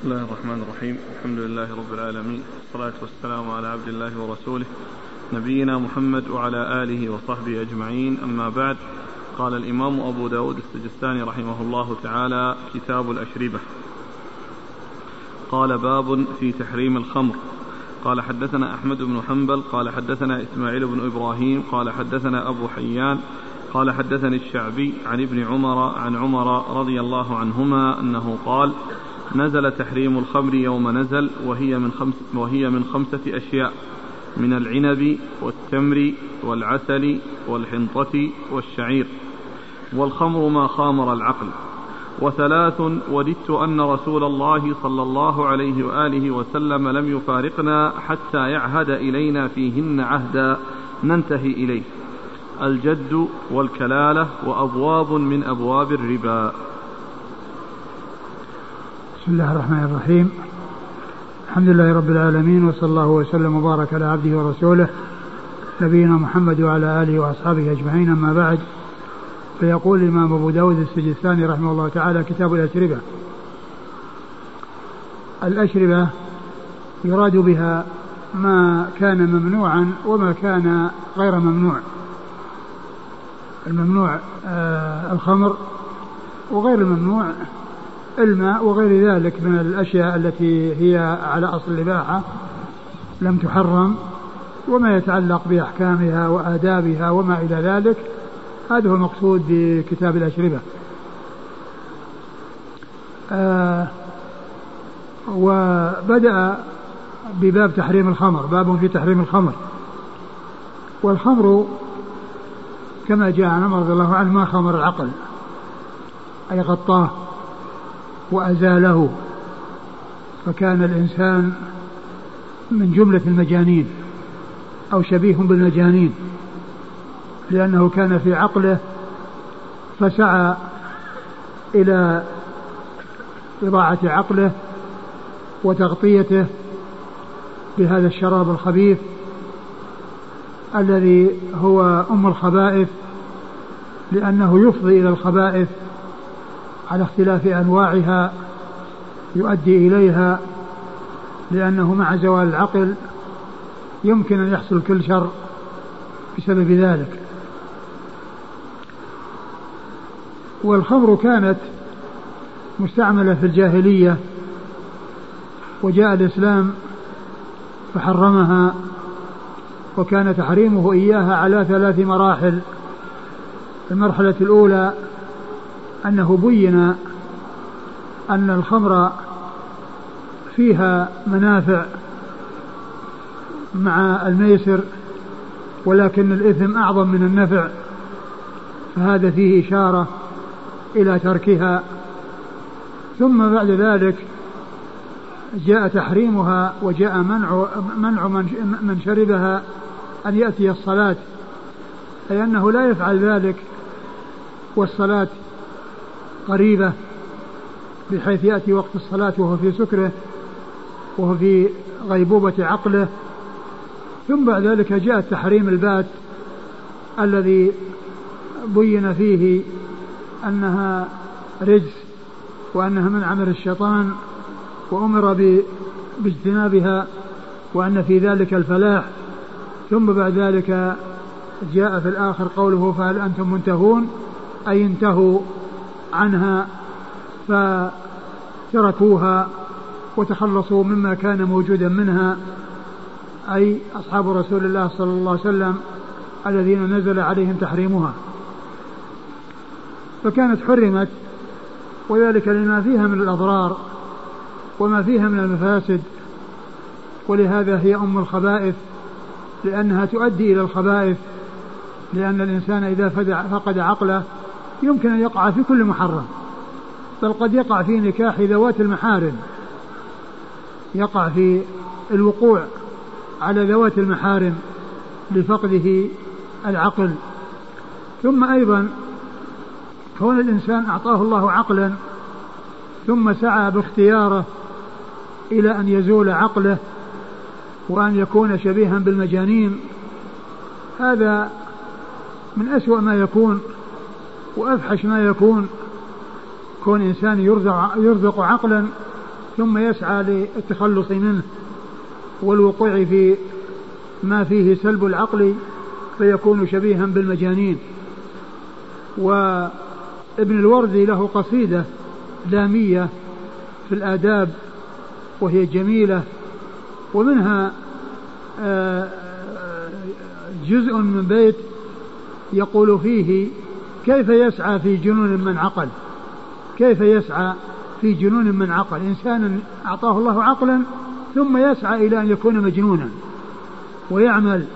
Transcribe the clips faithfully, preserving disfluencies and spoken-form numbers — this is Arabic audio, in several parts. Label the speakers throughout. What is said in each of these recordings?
Speaker 1: بسم الله الرحمن الرحيم. الحمد لله رب العالمين، والصلاة والسلام على عبد الله ورسوله نبينا محمد وعلى آله وصحبه أجمعين، أما بعد. قال الإمام أبو داود السجستاني رحمه الله تعالى: كتاب الأشربة. قال: باب في تحريم الخمر. قال: حدثنا أحمد بن حنبل قال حدثنا إسماعيل بن إبراهيم قال حدثنا أبو حيان قال حدثني الشعبي عن ابن عمر عن عمر رضي الله عنهما أنه قال: نزل تحريم الخمر يوم نزل، وهي من, خمس وهي من خمسة أشياء: من العنب والتمر والعسل والحنطة والشعير، والخمر ما خامر العقل. وثلاث وددت أن رسول الله صلى الله عليه وآله وسلم لم يفارقنا حتى يعهد إلينا فيهن عهدا ننتهي إليه: الجد والكلالة وأبواب من أبواب الربا.
Speaker 2: بسم الله الرحمن الرحيم. الحمد لله رب العالمين، وصلى الله وسلم وبارك على عبده ورسوله نبينا محمد وعلى آله وأصحابه أجمعين، أما بعد. فيقول الإمام أبو داود السجستاني رحمه الله تعالى: كتاب الأشربة. الأشربة يراد بها ما كان ممنوعا وما كان غير ممنوع. الممنوع آه الخمر، وغير الممنوع الماء وغير ذلك من الأشياء التي هي على أصل الإباحة لم تحرم، وما يتعلق بأحكامها وآدابها وما إلى ذلك. هذا هو المقصود بكتاب الأشربة. آه وبدأ بباب تحريم الخمر، باب في تحريم الخمر. والخمر كما جاء عن عمر رضي الله عنه ما خمر العقل، أي غطاه وأزاله، فكان الإنسان من جملة المجانين أو شبيه بالمجانين، لأنه كان في عقله فسعى إلى إضاعة عقله وتغطيته بهذا الشراب الخبيث الذي هو أم الخبائث، لأنه يفضي إلى الخبائث على اختلاف أنواعها، يؤدي إليها، لأنه مع زوال العقل يمكن أن يحصل كل شر بسبب ذلك. والخمر كانت مستعملة في الجاهلية، وجاء الإسلام فحرمها، وكان تحريمه إياها على ثلاث مراحل. المرحلة الأولى أنه بين أن الخمر فيها منافع مع الميسر، ولكن الإثم أعظم من النفع، فهذا فيه إشارة إلى تركها. ثم بعد ذلك جاء تحريمها، وجاء منع, منع من شربها أن يأتي الصلاة، أي أنه لا يفعل ذلك والصلاة قريبة، بحيث يأتي وقت الصلاة وهو في سكره وهو في غيبوبة عقله. ثم بعد ذلك جاء التحريم البات الذي بين فيه أنها رجس وأنها من عمل الشيطان، وأمر باجتنابها، وأن في ذلك الفلاح. ثم بعد ذلك جاء في الآخر قوله: فهل أنتم منتهون، أي انتهوا عنها فتركوها وتخلصوا مما كان موجودا منها، أي أصحاب رسول الله صلى الله عليه وسلم الذين نزل عليهم تحريمها. فكانت حرمت، وذلك لما فيها من الأضرار وما فيها من المفاسد، ولهذا هي أم الخبائث، لأنها تؤدي إلى الخبائث، لأن الإنسان إذا فقد عقله يمكن أن يقع في كل محرم، بل قد يقع في نكاح ذوات المحارم، يقع في الوقوع على ذوات المحارم لفقده العقل. ثم أيضا كون الإنسان أعطاه الله عقلا ثم سعى باختياره إلى أن يزول عقله وأن يكون شبيها بالمجانين، هذا من أسوأ ما يكون وأفحش ما يكون، كون إنسان يرزق, يرزق عقلا ثم يسعى للتخلص منه والوقوع في ما فيه سلب العقل فيكون شبيها بالمجانين. وابن الوردي له قصيدة لامية في الآداب وهي جميلة، ومنها جزء من بيت يقول فيه: كيف يسعى في جنون من عقل، كيف يسعى في جنون من عقل. إنسان أعطاه الله عقلا ثم يسعى إلى أن يكون مجنونا ويعمل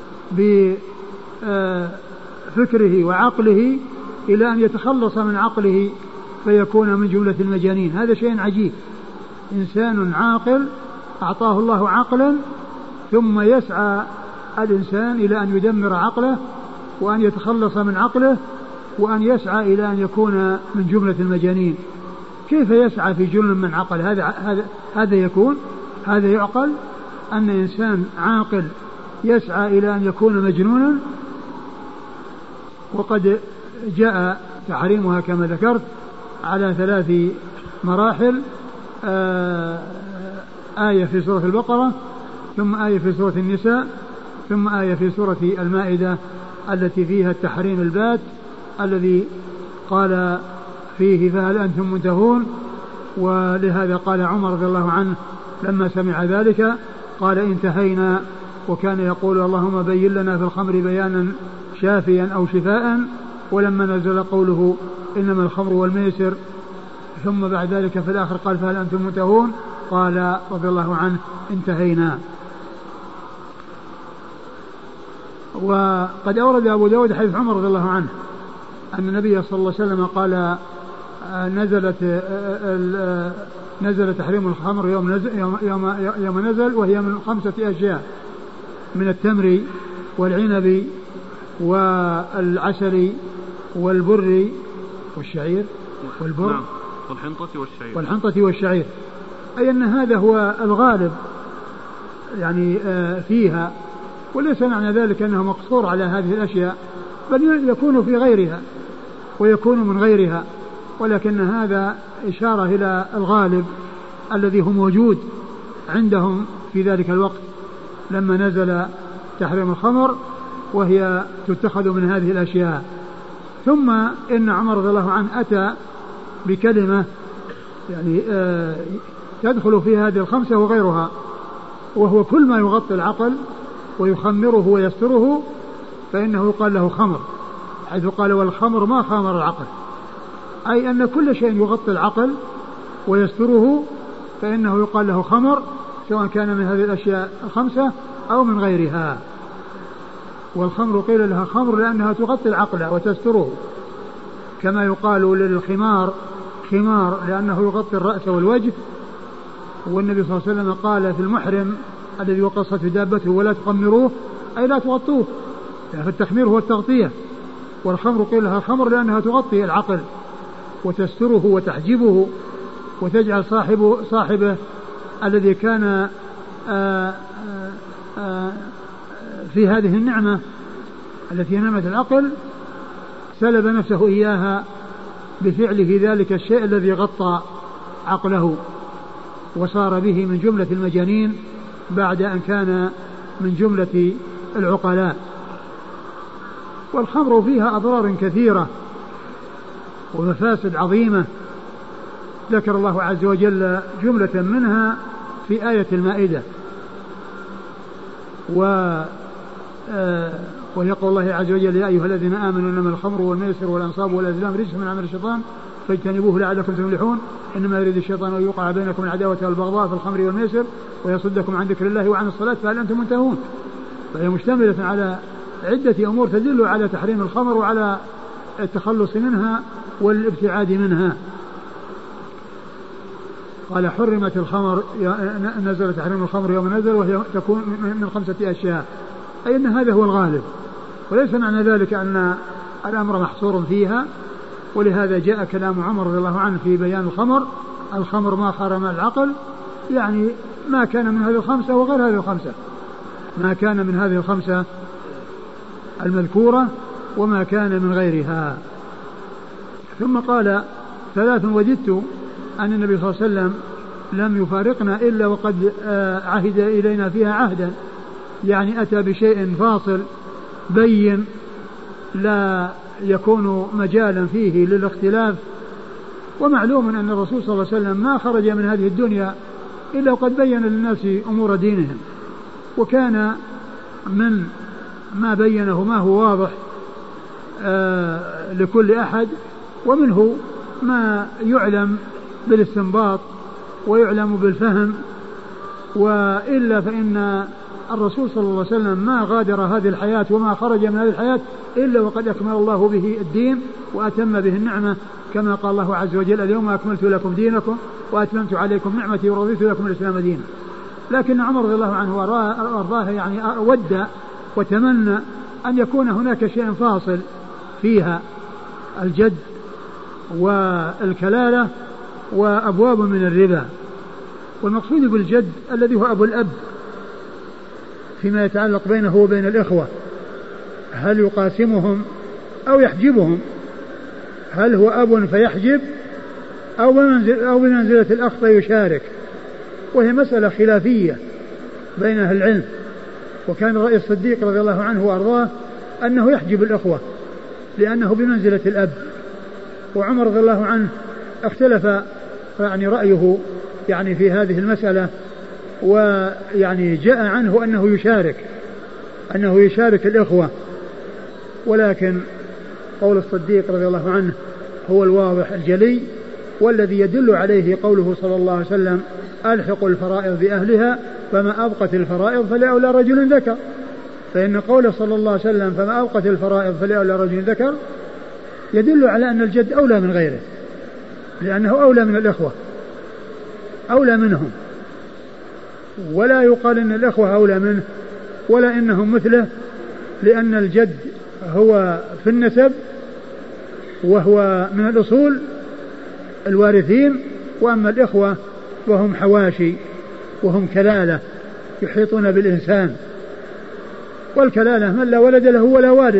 Speaker 2: بفكره وعقله إلى أن يتخلص من عقله فيكون من جملة المجانين. هذا شيء عجيب، إنسان عاقل أعطاه الله عقلا ثم يسعى الإنسان إلى أن يدمر عقله وأن يتخلص من عقله وأن يسعى إلى أن يكون من جملة المجانين. كيف يسعى في جنون من عقل؟ هذا هذا هذا يكون هذا يعقل أن إنسان عاقل يسعى إلى أن يكون مجنونا؟ وقد جاء تحريمها كما ذكرت على ثلاث مراحل: آية في سورة البقرة، ثم آية في سورة النساء، ثم آية في سورة المائدة التي فيها التحريم البات الذي قال فيه: فهل أنتم منتهون؟ ولهذا قال عمر رضي الله عنه لما سمع ذلك قال: انتهينا. وكان يقول: اللهم بين لنا في الخمر بيانا شافيا أو شفاء. ولما نزل قوله: إنما الخمر والميسر، ثم بعد ذلك في الآخر قال: فهل أنتم منتهون؟ قال رضي الله عنه: انتهينا. وقد أورد أبو داود حديث عمر رضي الله عنه أن النبي صلى الله عليه وسلم قال: نزلت نزل تحريم الخمر يوم نزل, يوم, يوم, يوم نزل وهي من خمسة أشياء: من التمر والعنب والعسل والبر والشعير والبر
Speaker 1: نعم. والحنطة والشعير
Speaker 2: والحنطة والشعير أي أن هذا هو الغالب يعني فيها، وليس معنى ذلك أنه مقصور على هذه الأشياء، بل يكون في غيرها ويكون من غيرها، ولكن هذا إشارة إلى الغالب الذي هو موجود عندهم في ذلك الوقت لما نزل تحريم الخمر، وهي تتخذ من هذه الأشياء. ثم إن عمر رضي الله عنه أتى بكلمة يعني آه تدخل في هذه الخمسة وغيرها، وهو كل ما يغطي العقل ويخمره ويستره فإنه يقال له خمر، حيث قال: والخمر ما خامر العقل، أي أن كل شيء يغطي العقل ويستره فإنه يقال له خمر، سواء كان من هذه الأشياء الخمسة أو من غيرها. والخمر قيل لها خمر لأنها تغطي العقل وتستره، كما يقال للخمار خمار لأنه يغطي الرأس والوجه. والنبي صلى الله عليه وسلم قال في المحرم الذي وقصت دابته: ولا تخمروه، أي لا تغطوه، يعني فالتخمير هو التغطية. والخمر قيل لها خمر لأنها تغطي العقل وتستره وتحجبه وتجعل صاحبه, صاحبه الذي كان آآ آآ في هذه النعمة التي نعمت العقل سلب نفسه إياها بفعله ذلك الشيء الذي غطى عقله، وصار به من جملة المجانين بعد أن كان من جملة العقلاء. والخمر فيها أضرار كثيرة ومفاسد عظيمة، ذكر الله عز وجل جملة منها في آية المائدة، و ويقول الله عز وجل: يا أيها الذين آمنوا إنما الخمر والميسر والأنصاب والأزلام رجس من عمل الشيطان فاجتنبوه لعلكم تفلحون إنما يريد الشيطان أن يوقع بينكم العداوة والبغضاء في الخمر والميسر ويصدكم عن ذكر الله وعن الصلاة فهل أنتم منتهون. فهي مشتملة على عدة أمور تدل على تحريم الخمر وعلى التخلص منها والابتعاد منها. قال: حرمت الخمر، نزل تحريم الخمر يوم نزل وهي تكون من خمسة أشياء، أي أن هذا هو الغالب، وليس معنى ذلك أن الأمر محصور فيها. ولهذا جاء كلام عمر رضي الله عنه في بيان الخمر: الخمر ما خرم العقل، يعني ما كان من هذه الخمسة وغير هذه الخمسة، ما كان من هذه الخمسة المذكورة وما كان من غيرها. ثم قال: ثلاث وجدت أن النبي صلى الله عليه وسلم لم يفارقنا إلا وقد عهد إلينا فيها عهدا، يعني أتى بشيء فاصل بين لا يكون مجالا فيه للاختلاف. ومعلوم أن الرسول صلى الله عليه وسلم ما خرج من هذه الدنيا إلا وقد بين للناس أمور دينهم، وكان من ما بينه ما هو واضح آه لكل أحد، ومنه ما يعلم بالاستنباط ويعلم بالفهم. وإلا فإن الرسول صلى الله عليه وسلم ما غادر هذه الحياة وما خرج من هذه الحياة إلا وقد أكمل الله به الدين وأتم به النعمة، كما قال الله عز وجل: اليوم أكملت لكم دينكم وأتممت عليكم نعمتي ورضيت لكم الإسلام دينا. لكن عمر رضي الله عنه وأرضاه يعني ود وتمنى أن يكون هناك شيء فاصل فيها، الجد والكلالة وأبواب من الربا. والمقصود بالجد الذي هو أبو الأب فيما يتعلق بينه وبين الإخوة، هل يقاسمهم أو يحجبهم؟ هل هو أب فيحجب أو بمنزلة الأخ فيشارك؟ وهي مسألة خلافية بين أهل العلم. وكان رأي الصديق رضي الله عنه وأرضاه أنه يحجب الإخوة لأنه بمنزلة الأب. وعمر رضي الله عنه اختلف يعني رأيه يعني في هذه المسألة، ويعني جاء عنه أنه يشارك أنه يشارك الإخوة، ولكن قول الصديق رضي الله عنه هو الواضح الجلي، والذي يدل عليه قوله صلى الله عليه وسلم: ألحقوا الفرائض بأهلها فما أبقت الفرائض فلأولى رجل ذكر. فإن قوله صلى الله عليه وسلم فما أبقت الفرائض فلأولى رجل ذكر يدل على أن الجد أولى من غيره، لأنه أولى من الإخوة، أولى منهم، ولا يقال إن الإخوة أولى منه ولا إنهم مثله، لأن الجد هو في النسب وهو من الأصول الوارثين، وأما الإخوة وهم حواشي وهم كلالة يحيطون بالإنسان. والكلالة من لا ولد له ولا والد،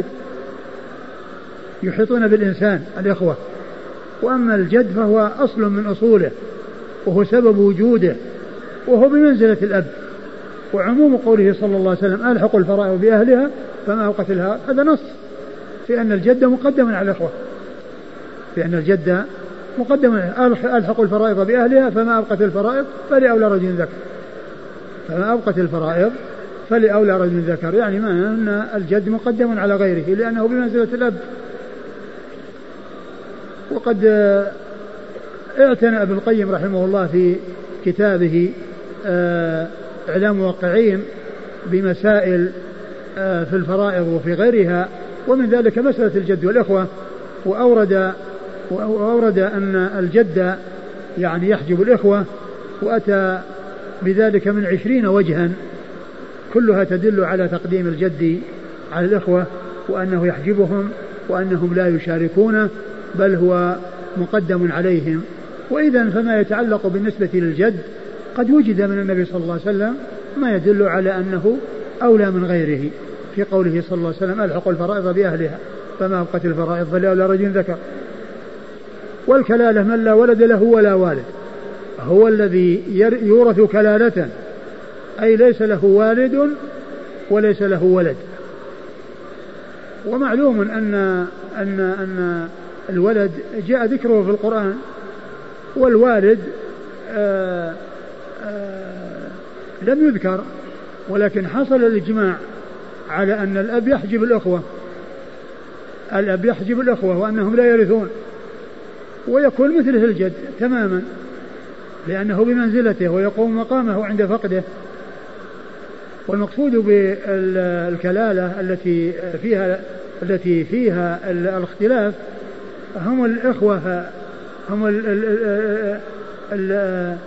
Speaker 2: يحيطون بالإنسان الإخوة. وأما الجد فهو أصل من أصوله وهو سبب وجوده وهو بمنزلة الأب. وعموم قوله صلى الله عليه وسلم: ألحق الفرائض بأهلها فما أوقت الها، هذا نص في أن الجد مقدم على الإخوة، في أن الجد مقدم. ألحق الفرائض بأهلها فما أبقت الفرائض فلأولى رجل ذكر، فما أبقت الفرائض فلأولى رجل ذكر، يعني ما أن الجد مقدم على غيره لأنه بمنزلة الأب. وقد اعتنى ابن القيم رحمه الله في كتابه إعلام الموقعين بمسائل في الفرائض وفي غيرها، ومن ذلك مسألة الجد والإخوة، وأورد وأورد أن الجد يعني يحجب الإخوة، وأتى بذلك من عشرين وجها كلها تدل على تقديم الجد على الإخوة، وأنه يحجبهم وأنهم لا يشاركونه بل هو مقدم عليهم. وإذا فما يتعلق بالنسبة للجد قد وجد من النبي صلى الله عليه وسلم ما يدل على أنه أولى من غيره، في قوله صلى الله عليه وسلم: ألحق الفرائض بأهلها فما أبقت الفرائض فلأولى رجل ذكر. والكلالة من لا ولد له ولا والد، هو الذي يورث كلالة، أي ليس له والد وليس له ولد. ومعلوم أن أن أن الولد جاء ذكره في القرآن، والوالد آآ آآ لم يذكر، ولكن حصل الإجماع على أن الأب يحجب الأخوة، الأب يحجب الأخوة وأنهم لا يرثون، ويكون مثله الجد تماما لأنه بمنزلته ويقوم مقامه عند فقده. والمقصود بالكلالة التي فيها التي فيها الاختلاف هم الإخوة، هم ال ال ال ال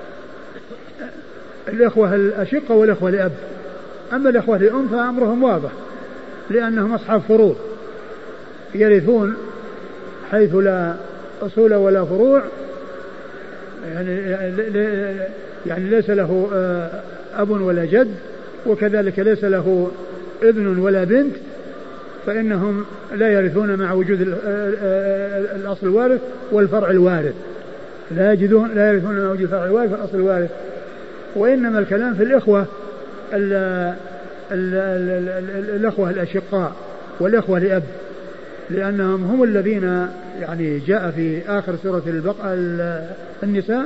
Speaker 2: الإخوة الأشقة والإخوة لأب. أما الإخوة لأم فأمرهم واضح لأنهم أصحاب فروض يرثون حيث لا أصول ولا فروع، يعني يعني ليس له أب ولا جد، وكذلك ليس له ابن ولا بنت، فإنهم لا يرثون مع وجود الأصل الوارث والفرع الوارث، لا يجدون لا يرثون من وجه الفرع الوارث والأصل الوارث. وإنما الكلام في الإخوة ال ال ال ال الأخوة الأشقاء والإخوة لأب، لأنهم هم الذين يعني جاء في آخر سورة البقرة النساء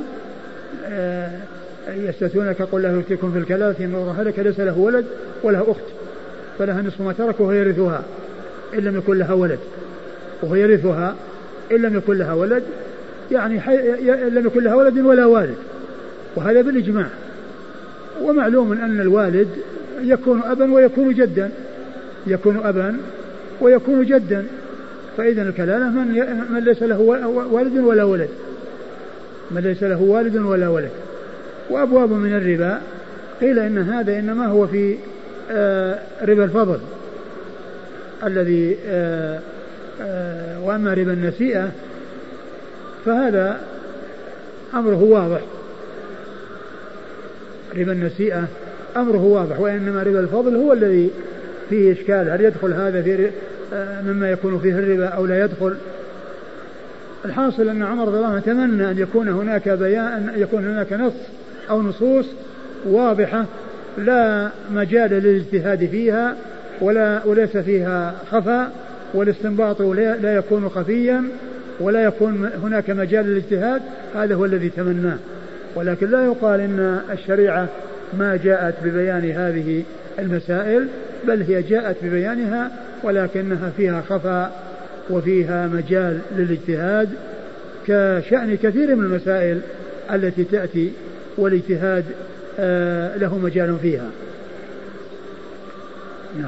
Speaker 2: يستفتونك قل له يفتيكم في الكلالة إن الله هلك ليس له ولد وله أخت فلها نصف ما ترك وهو يرثها إن لم يكن لها ولد، وهو يرثها إن لم يكن لها ولد، يعني إن لم يكن لها ولد ولا والد، وهذا بالإجماع. ومعلوم أن الوالد يكون أبا ويكون جدا، يكون أبا ويكون جدا، فإذا الكلالة من, من ليس له والد ولا ولد، من ليس له والد ولا ولد. وأبواب من الربا قيل إن هذا إنما هو في آه ربا الفضل الذي آه آه وأما ربا النسيئة فهذا أمره واضح، ربا النسيئة أمره واضح، وإنما ربا الفضل هو الذي فيه إشكال، هل يدخل هذا في مما يكون فيه الربا أو لا يدخل. الحاصل أن عمر رضي الله عنه تمنى أن يكون هناك بيان، يكون هناك نص أو نصوص واضحة لا مجال للاجتهاد فيها ولا وليس فيها خفاء، والاستنباط لا يكون خفيا ولا يكون هناك مجال للاجتهاد، هذا هو الذي تمناه. ولكن لا يقال إن الشريعة ما جاءت ببيان هذه المسائل، بل هي جاءت ببيانها ولكنها فيها خفاء وفيها مجال للاجتهاد كشأن كثير من المسائل التي تأتي والاجتهاد آه له مجال فيها. نعم.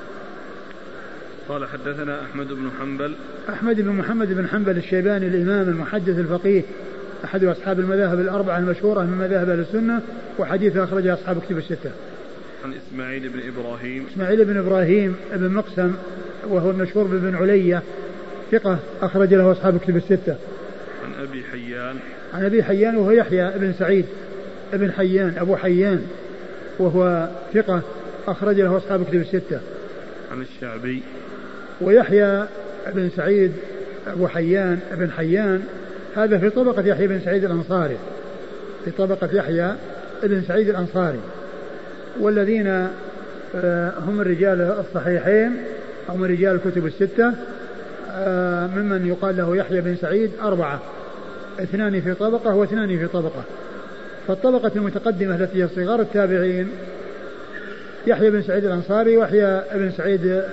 Speaker 1: قال حدثنا أحمد بن حنبل
Speaker 2: أحمد بن محمد بن حنبل الشيباني الإمام المحدث الفقيه أحد أصحاب المذاهب الأربعة المشهورة من مذاهب أهل السنة، وحديث أخرجه أصحاب كتب الستة.
Speaker 1: عن إسماعيل بن إبراهيم
Speaker 2: إسماعيل بن إبراهيم بن مقسم وهو المشهور بن علية ثقة أخرج له أصحاب كتب الستة.
Speaker 1: عن أبي حيان
Speaker 2: عن أبي حيان وهو يحيى بن سعيد بن حيان أبو حيان وهو ثقة أخرج له أصحاب كتب الستة.
Speaker 1: عن الشعبي
Speaker 2: ويحيى بن سعيد أبو حيان بن حيان هذا في طبقة يحيى بن سعيد الأنصاري، في طبقة يحيى بن سعيد الأنصاري، والذين هم الرجال الصحيحين أو من رجال الكتب الستة ممن يقال له يحيى بن سعيد أربعة، اثنان في طبقة واثنان في طبقة. فالطبقة المتقدمة التي هي صغار التابعين يحيى بن سعيد الأنصاري ويحيى بن سعيد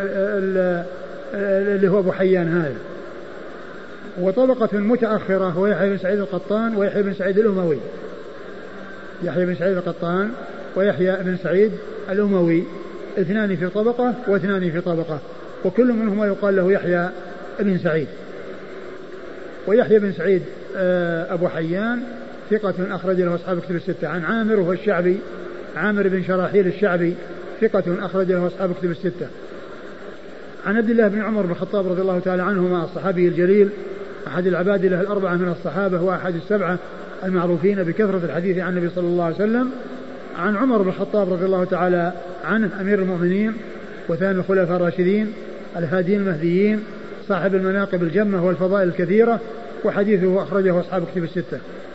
Speaker 2: اللي هو أبو حيان هذا، وطبقة متأخرة هو يحيى بن سعيد القطان ويحيى بن سعيد الأموي، يحيى بن سعيد القطان ويحيى بن سعيد الأموي، اثنان في طبقة واثنان في طبقة، وكل منهما يقال له يحيى بن سعيد. ويحيى بن سعيد أبو حيان ثقة أخرج له أصحاب كتب الستة. عن عامر وهو الشعبي، عامر بن شراحيل الشعبي ثقة أخرج له أصحاب كتب الستة. عن عبد الله بن عمر بن الخطاب رضي الله تعالى عنهما الصحابي الجليل أحد العباد له الأربعة من الصحابة وأحد السبعة المعروفين بكثرة الحديث عن النبي صلى الله عليه وسلم. عن عمر بن الخطاب رضي الله تعالى عنه أمير المؤمنين وثاني الخلفاء الراشدين الهاديين المهديين صاحب المناقب الجمة والفضائل الكثيرة، وحديثه أخرجه أصحاب كتب الستة.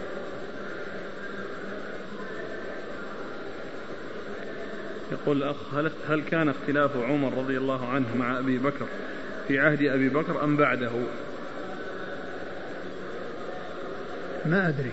Speaker 1: يقول الأخ هل, هل كان اختلاف عمر رضي الله عنه مع أبي بكر في عهد أبي بكر أم بعده؟
Speaker 2: ما أدري.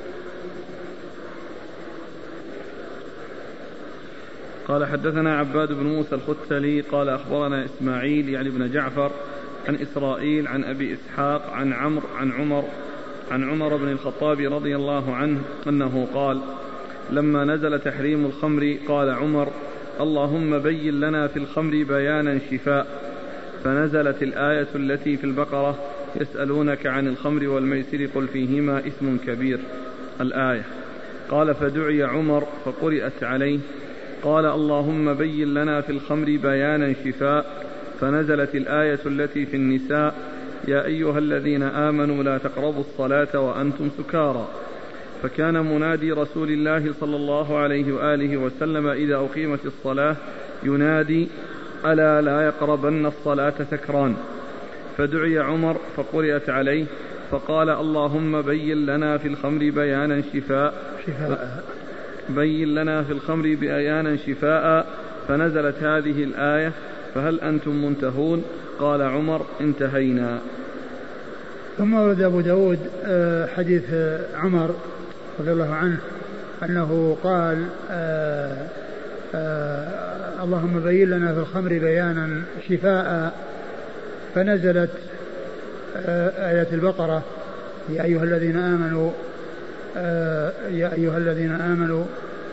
Speaker 1: قال حدثنا عباد بن موسى الختلي قال أخبرنا إسماعيل يعني بن جعفر عن إسرائيل عن أبي إسحاق عن عمرو عن عمر عن عمر بن الخطاب رضي الله عنه أنه قال لما نزل تحريم الخمر قال عمر اللهم بين لنا في الخمر بيانا شفاء، فنزلت الآية التي في البقرة يسألونك عن الخمر والميسر قل فيهما إثم كبير الآية. قال فدعي عمر فقرئت عليه قال اللهم بين لنا في الخمر بيانا شفاء، فنزلت الآية التي في النساء يا أيها الذين آمنوا لا تقربوا الصلاة وأنتم سكارى. فكان منادي رسول الله صلى الله عليه وآله وسلم إذا أقيمت الصلاة ينادي ألا لا يقربن الصلاة سكران. فدعي عمر فقرئت عليه فقال اللهم بين لنا في الخمر بيانا شفاء
Speaker 2: شفاء
Speaker 1: بين لنا في الخمر بيانا شفاء فنزلت هذه الآية فهل أنتم منتهون؟ قال عمر انتهينا.
Speaker 2: ثم ورد أبو داود حديث عمر رضي الله عنه أنه قال آآ آآ اللهم بين لنا في الخمر بيانا شفاء فنزلت آية البقرة يا أيها الذين آمنوا يا أيها الذين آمنوا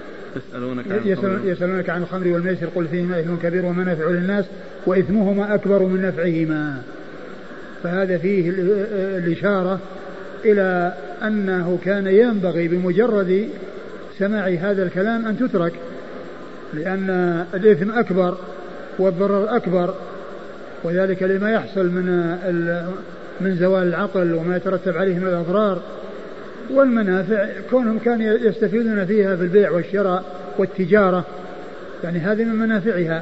Speaker 2: يسألونك عن الخمر والميسر قل فيهما إثم كبير ومنافع للناس وإثمهما أكبر من نفعهما. فهذا فيه الإشارة إلى أنه كان ينبغي بمجرد سماع هذا الكلام أن تترك، لأن الإثم أكبر والضرر أكبر، وذلك لما يحصل من من زوال العقل وما يترتب عليه من الأضرار، والمنافع كونهم كانوا يستفيدون فيها في البيع والشراء والتجارة، يعني هذه من منافعها.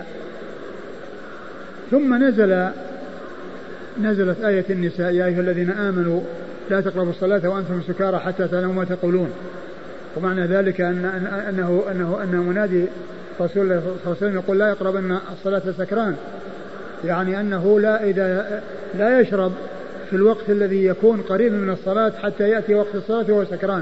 Speaker 2: ثم نزل نزلت آية النساء يا أيها الذين آمنوا لا تقربوا الصلاة وأنتم سكارى حتى تعلموا ما تقولون. ومعنى ذلك أن أنه أنه أن منادي رسول الله صلى الله عليه وسلم يقول لا يقربن الصلاة سكران، يعني أنه لا إذا لا يشرب في الوقت الذي يكون قريب من الصلاة حتى يأتي وقت الصلاة وهو سكران.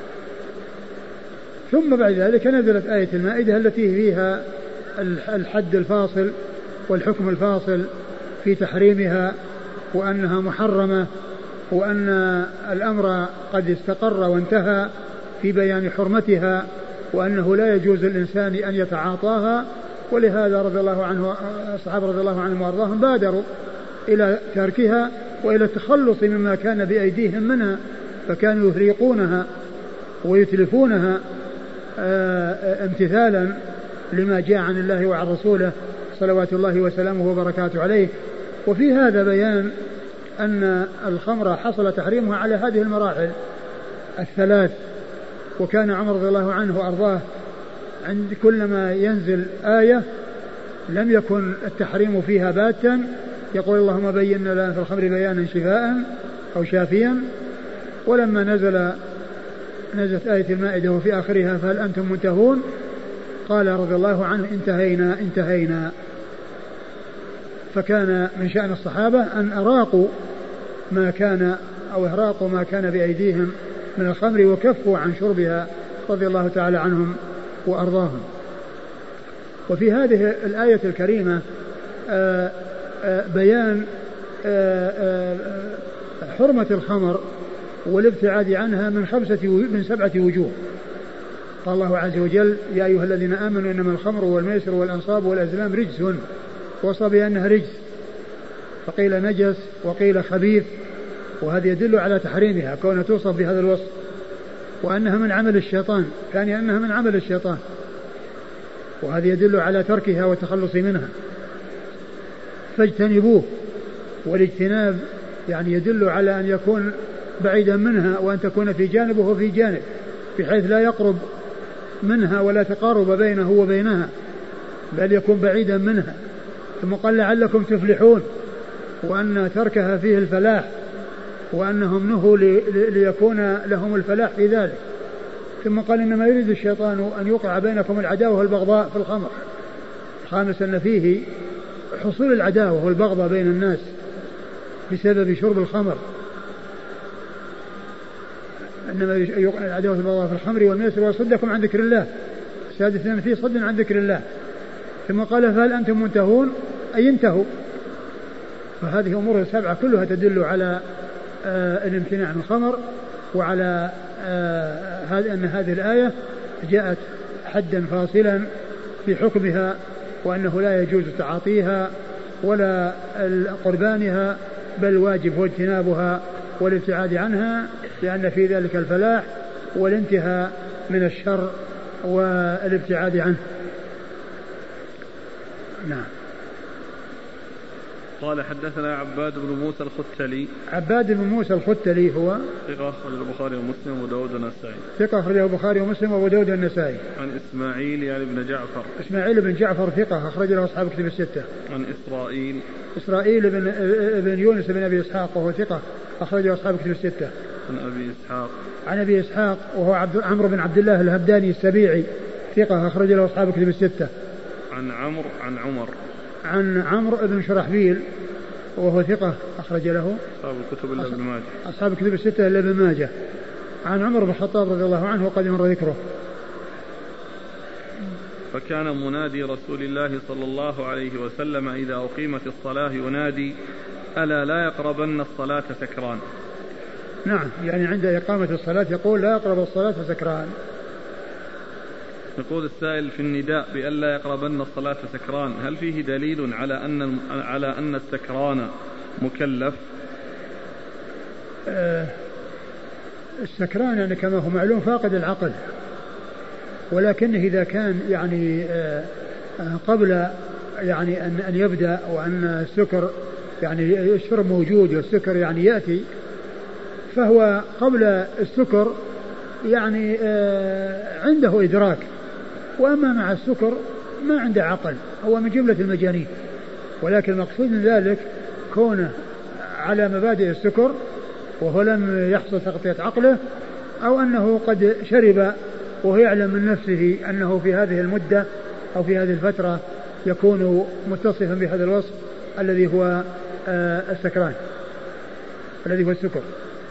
Speaker 2: ثم بعد ذلك نزلت آية المائدة التي فيها الحد الفاصل والحكم الفاصل في تحريمها وأنها محرمة، وأن الأمر قد استقر وانتهى في بيان حرمتها، وأنه لا يجوز للإنسان أن يتعاطاها. ولهذا رضي الله عنه الصحابة رضي الله عنهم وأرضاهم بادروا إلى تركها وإلى التخلص مما كان بأيديهم منها، فكانوا يفريقونها ويتلفونها امتثالا لما جاء عن الله وعن رسوله صلوات الله وسلامه وبركاته عليه. وفي هذا بيان أن الخمر حصل تحريمها على هذه المراحل الثلاث. وكان عمر رضي الله عنه وأرضاه عند كلما ينزل آية لم يكن التحريم فيها باتا يقول اللهم بين لنا في الخمر بيانا شفاء أو شافيا. ولما نزل نزلت آية المائدة وفي آخرها فهل أنتم منتهون قال رضي الله عنه انتهينا انتهينا. فكان من شأن الصحابة أن أراقوا ما كان أو إهراقوا ما كان بأيديهم من الخمر وكفوا عن شربها رضي الله تعالى عنهم وأرضاهم. وفي هذه الآية الكريمة آآ آآ بيان آآ حرمة الخمر والابتعاد عنها من خمسة من سبعة وجوه. قال الله عز وجل يا أيها الذين آمنوا إنما الخمر والميسر والأنصاب والأزلام رجس، وصف بأنها رجس، فقيل نجس وقيل خبيث، وهذا يدل على تحريمها كونها توصف بهذا الوصف، وأنها من عمل الشيطان، يعني أنها من عمل الشيطان، وهذا يدل على تركها والتخلص منها فاجتنبوه. والاجتناب يعني يدل على أن يكون بعيدا منها وأن تكون في جانبه وفي جانب، بحيث لا يقرب منها ولا تقارب بينه وبينها، بل يكون بعيدا منها. ثم قال لعلكم تفلحون، وأن تركها فيه الفلاح، وأنهم نهوا ليكون لهم الفلاح في ذلك. ثم قال إنما يريد الشيطان أن يوقع بينكم العداوة والبغضاء في الخمر. خامسا أن فيه حصول العداوة والبغضاء بين الناس بسبب شرب الخمر، إنما يوقع العداوة والبغضاء في الخمر والميسر ويصدكم عن ذكر الله. سادسا فيه صد عن ذكر الله. ثم قال فهل أنتم منتهون أي انتهوا. فهذه أمور السبعة كلها تدل على آه الامتناع عن الخمر، وعلى آه أن هذه الآية جاءت حدا فاصلا في حكمها، وأنه لا يجوز تعاطيها ولا قربانها، بل واجب هو اجتنابها والابتعاد عنها، لأن في ذلك الفلاح والانتهاء من الشر والابتعاد عنه. نعم.
Speaker 1: قال حدثنا عباد بن موسى الختلي.
Speaker 2: عباد بن موسى الختلي هو
Speaker 1: ثقة أخرجه البخاري ومسلم وداود والنسائي.
Speaker 2: ثقة أخرجه البخاري ومسلم وداود والنسائي.
Speaker 1: عن إسماعيل يعني بن جعفر.
Speaker 2: إسماعيل بن جعفر ثقة أخرج له أصحاب كتب الستة.
Speaker 1: عن إسرائيل.
Speaker 2: إسرائيل بن بن يونس بن أبي إسحاق وهو ثقة أخرجه أصحاب كتب الستة.
Speaker 1: عن أبي إسحاق
Speaker 2: عن أبي إسحاق وهو عبد عمرو بن عبد الله الهمداني السبيعي ثقة أخرج له أصحاب كتب الستة.
Speaker 1: عن عمرو عن عمر
Speaker 2: عن عمرو بن شرحبيل وهو ثقة أخرج له
Speaker 1: أصحاب الكتب إلا ابن ماجه
Speaker 2: أصحاب الكتب الستة إلا ابن ماجه. عن عمر بن الخطاب رضي الله عنه وقد مر ذكره.
Speaker 1: فكان منادي رسول الله صلى الله عليه وسلم إذا أقيمت الصلاة ينادي ألا لا يقربن الصلاة سكران.
Speaker 2: نعم يعني عند إقامة الصلاة يقول لا يقرب الصلاة سكران.
Speaker 1: يقول السائل في النداء بألا يقربن الصلاة سكران هل فيه دليل على أن على أن السكران مكلف؟
Speaker 2: أه السكران يعني كما هو معلوم فاقد العقل، ولكنه إذا كان يعني أه قبل يعني أن أن يبدأ وأن السكر يعني الشرب موجود والسكر يعني يأتي، فهو قبل السكر يعني أه عنده إدراك، وأما مع السكر ما عنده عقل، هو من جملة المجانين. ولكن المقصود من ذلك كونه على مبادئ السكر وهو لم يحصل تغطية عقله، أو أنه قد شرب وهو يعلم من نفسه أنه في هذه المدة أو في هذه الفترة يكون متصفا بهذا الوصف الذي هو آه السكران الذي هو السكر.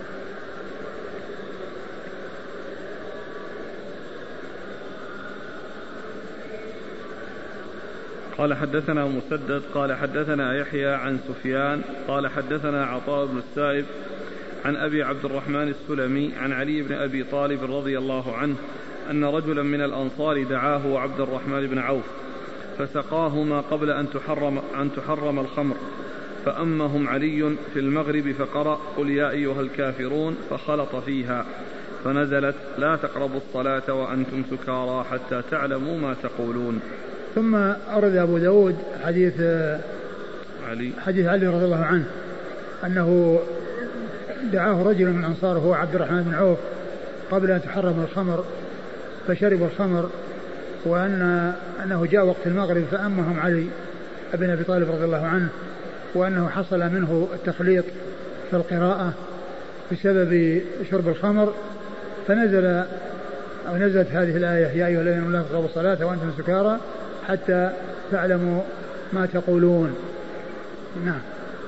Speaker 1: قال حدثنا مسدد قال حدثنا يحيى عن سفيان قال حدثنا عطاء بن السائب عن أبي عبد الرحمن السلمي عن علي بن أبي طالب رضي الله عنه أن رجلا من الأنصار دعاه عبد الرحمن بن عوف فسقاهما قبل أن تحرم, أن تحرم الخمر، فأمهم علي في المغرب فقرأ قل يا أيها الكافرون فخلط فيها فنزلت لا تقربوا الصلاة وأنتم سكارى حتى تعلموا ما تقولون.
Speaker 2: ثم أورد أبو داود حديث
Speaker 1: علي
Speaker 2: حديث علي رضي الله عنه أنه دعاه رجل من الأنصار وهو عبد الرحمن بن عوف قبل أن تحرم الخمر فشربوا الخمر، وأن أنه جاء وقت المغرب فأمهم علي بن أبي طالب رضي الله عنه، وأنه حصل منه التخليط في القراءة بسبب شرب الخمر، فنزل أو نزلت هذه الآية يا أيها الذين آمنوا لا تقربوا الصلاة وأنتم سكارى حتى تعلموا ما تقولون. نعم.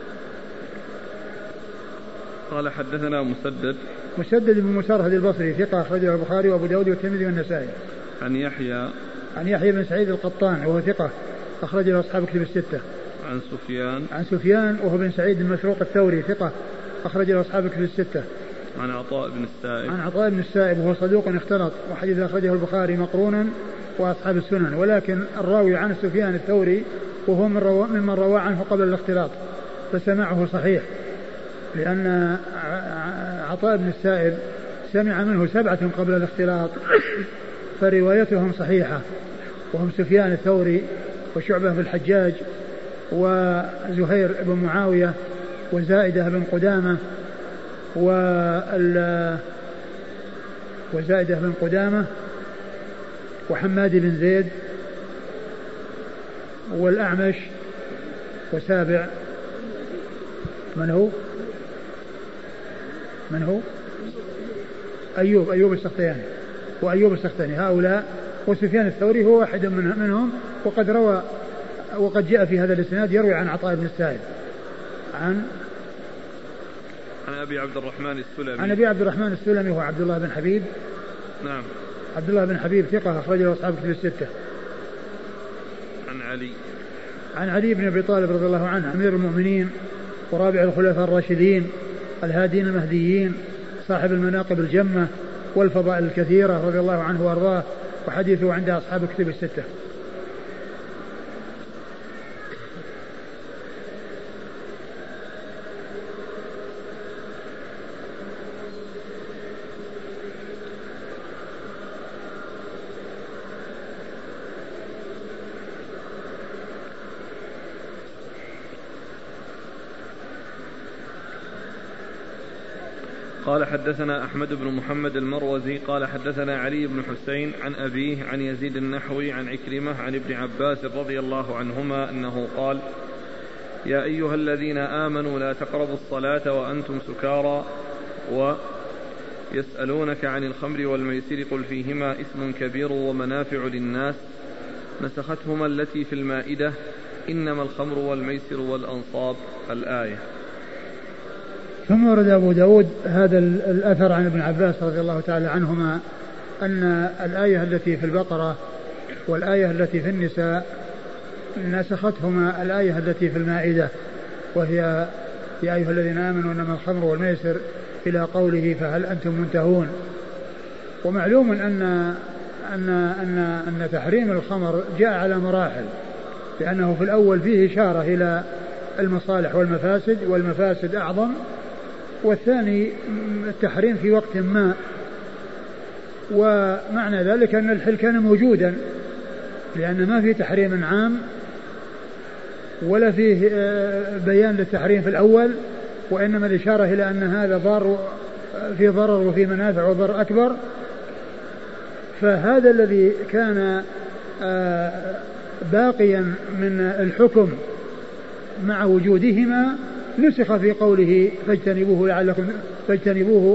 Speaker 1: قال حدثنا مسدد
Speaker 2: مسدد بن مسرهد البصري ثقة أخرجه البخاري وأبو داود والترمذي والنسائي.
Speaker 1: عن يحيى
Speaker 2: عن يحيى بن سعيد القطان وهو ثقة أخرج له أصحاب كتب الستة.
Speaker 1: عن سفيان
Speaker 2: عن سفيان وهو بن سعيد المسروق الثوري ثقة أخرج له أصحاب كتب الستة.
Speaker 1: عن عطاء بن السائب
Speaker 2: عن عطاء بن السائب وهو صدوق اختلط وحديث أخرجه البخاري مقرونا وأصحاب السنن، ولكن الراوي عن سفيان الثوري وهو من روا ممن روى عنه قبل الاختلاط فسمعه صحيح، لأن عطاء بن السائب سمع منه سبعة قبل الاختلاط فروايتهم صحيحة، وهم سفيان الثوري وشعبة بن الحجاج وزهير بن معاوية وزائدة بن قدامة وزائدة بن قدامة وحماد بن زيد والأعمش وسابع من هو من هو أيوب أيوب السختياني وأيوب السختياني هؤلاء، وسفيان الثوري هو واحد منهم، وقد روى وقد جاء في هذا الاسناد يروي عن عطاء بن السائب عن
Speaker 1: عن أبي عبد الرحمن السلمي
Speaker 2: عن أبي عبد الرحمن السلمي هو عبد الله بن حبيب.
Speaker 1: نعم.
Speaker 2: عبد الله بن حبيب ثقة أخرج له أصحاب كتب الستة.
Speaker 1: عن علي
Speaker 2: عن علي بن أبي طالب رضي الله عنه أمير المؤمنين ورابع الخلفاء الراشدين الهادين المهديين صاحب المناقب الجمة والفضائل الكثيرة رضي الله عنه وأرضاه، وحديثه عند أصحاب كتب الستة.
Speaker 1: قال حدثنا أحمد بن محمد المروزي قال حدثنا علي بن حسين عن أبيه عن يزيد النحوي عن عكرمة عن ابن عباس رضي الله عنهما أنه قال يا أيها الذين آمنوا لا تقربوا الصلاة وأنتم سكارى ويسألونك عن الخمر والميسر قل فيهما إثم كبير ومنافع للناس نسختهما التي في المائدة إنما الخمر والميسر والأنصاب الآية.
Speaker 2: ثم ورد أبو داود هذا الأثر عن ابن عباس رضي الله تعالى عنهما أن الآية التي في البقرة والآية التي في النساء نسختهما الآية التي في المائدة وهي يا أيها الذين آمنوا إنما الخمر والميسر إلى قوله فهل أنتم منتهون. ومعلوم أن أن أن أن تحريم الخمر جاء على مراحل، لأنه في الأول فيه إشارة إلى المصالح والمفاسد والمفاسد أعظم، والثاني التحريم في وقت ما، ومعنى ذلك أن الحل كان موجودا، لأن ما في تحريم عام ولا فيه بيان للتحريم في الأول، وإنما الإشارة إلى أن هذا ضار في ضرر وفي منافع وضرر أكبر. فهذا الذي كان باقيا من الحكم مع وجودهما نسخ في قوله فاجتنبوه لعلكم فاجتنبوه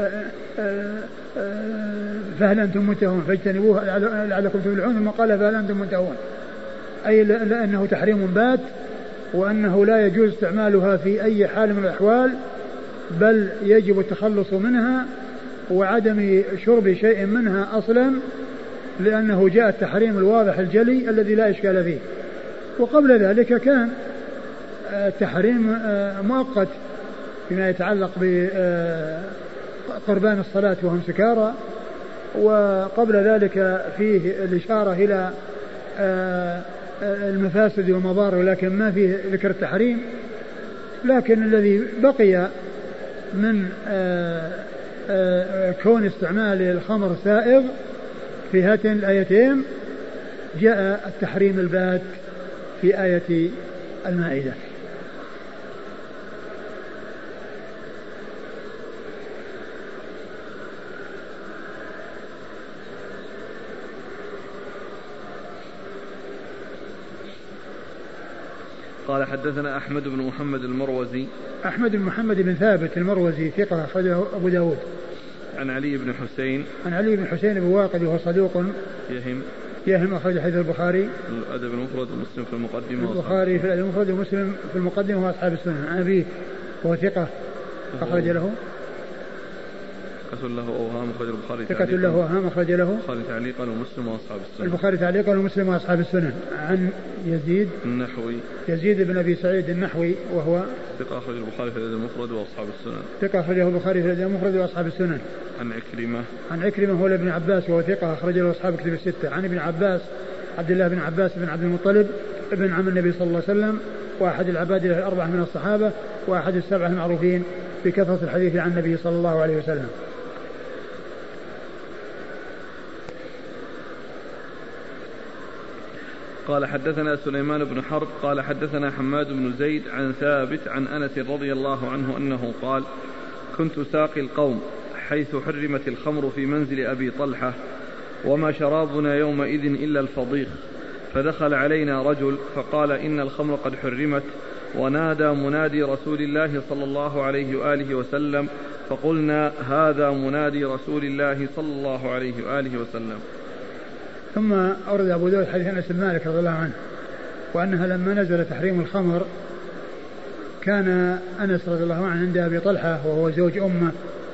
Speaker 2: فهل أنتم منتهون فاجتنبوه لعلكم تفلحون، ثم قال فهل أنتم منتهون، أي لأنه تحريم بات، وأنه لا يجوز استعمالها في أي حال من الأحوال، بل يجب التخلص منها وعدم شرب شيء منها أصلا، لأنه جاء التحريم الواضح الجلي الذي لا إشكال فيه. وقبل ذلك كان التحريم مؤقت فيما يتعلق بقربان الصلاة وهم سكارى، وقبل ذلك فيه الإشارة إلى المفاسد والمضار، ولكن ما فيه ذكر التحريم. لكن الذي بقي من كون استعمال الخمر سائغ في هاتين الآيتين جاء التحريم البات في آية المائدة.
Speaker 1: قال حدثنا أحمد بن محمد المروزي.
Speaker 2: أحمد بن محمد بن ثابت المروزي ثقة أخرجه أبو داود.
Speaker 1: عن علي بن حسين.
Speaker 2: عن علي بن حسين بن واقد وهو صدوق
Speaker 1: يهم
Speaker 2: يهم أخرج حديث البخاري
Speaker 1: الأدب المفرد ومسلم في المقدمة.
Speaker 2: البخاري في الأدب المفرد ومسلم في المقدمة وأصحاب السنن. عن أبيه وهو ثقة أخرج له
Speaker 1: ثقة له أوهام أخرج البخاري
Speaker 2: ثقة له أوهام أخرج له
Speaker 1: البخاري تعليقا ومسلم وأصحاب السنن.
Speaker 2: البخاري تعليقا ومسلم وأصحاب السنن. عن يزيد
Speaker 1: النحوي
Speaker 2: يزيد بن أبي سعيد النحوي وهو
Speaker 1: ثقة أخرج البخاري في الأدب المفرد وأصحاب السنن.
Speaker 2: ثقة أخرجه البخاري في الأدب المفرد وأصحاب السنن.
Speaker 1: عن عكرمة
Speaker 2: عن عكرمة هو ابن عباس وهو ثقة أخرج له أصحاب كتب الستة. عن ابن عباس عبد الله بن عباس بن عبد المطلب ابن عم النبي صلى الله عليه وسلم، وأحد العباد الأربعة من الصحابة، وأحد السبعة المعروفين بكثرة الحديث عن النبي صلى الله عليه وسلم.
Speaker 1: قال حدثنا سليمان بن حرب قال حدثنا حماد بن زيد عن ثابت عن أنس رضي الله عنه أنه قال كنت ساقي القوم حيث حرمت الخمر في منزل أبي طلحة وما شرابنا يومئذ إلا الفضيخ، فدخل علينا رجل فقال إن الخمر قد حرمت، ونادى منادي رسول الله صلى الله عليه وآله وسلم، فقلنا هذا منادي رسول الله صلى الله عليه وآله وسلم.
Speaker 2: ثم أورد أبو داود حديث أنس بن مالك رضي الله عنه، وأنها لما نزل تحريم الخمر كان أنس رضي الله عنه عند أبي طلحة وهو زوج أمه،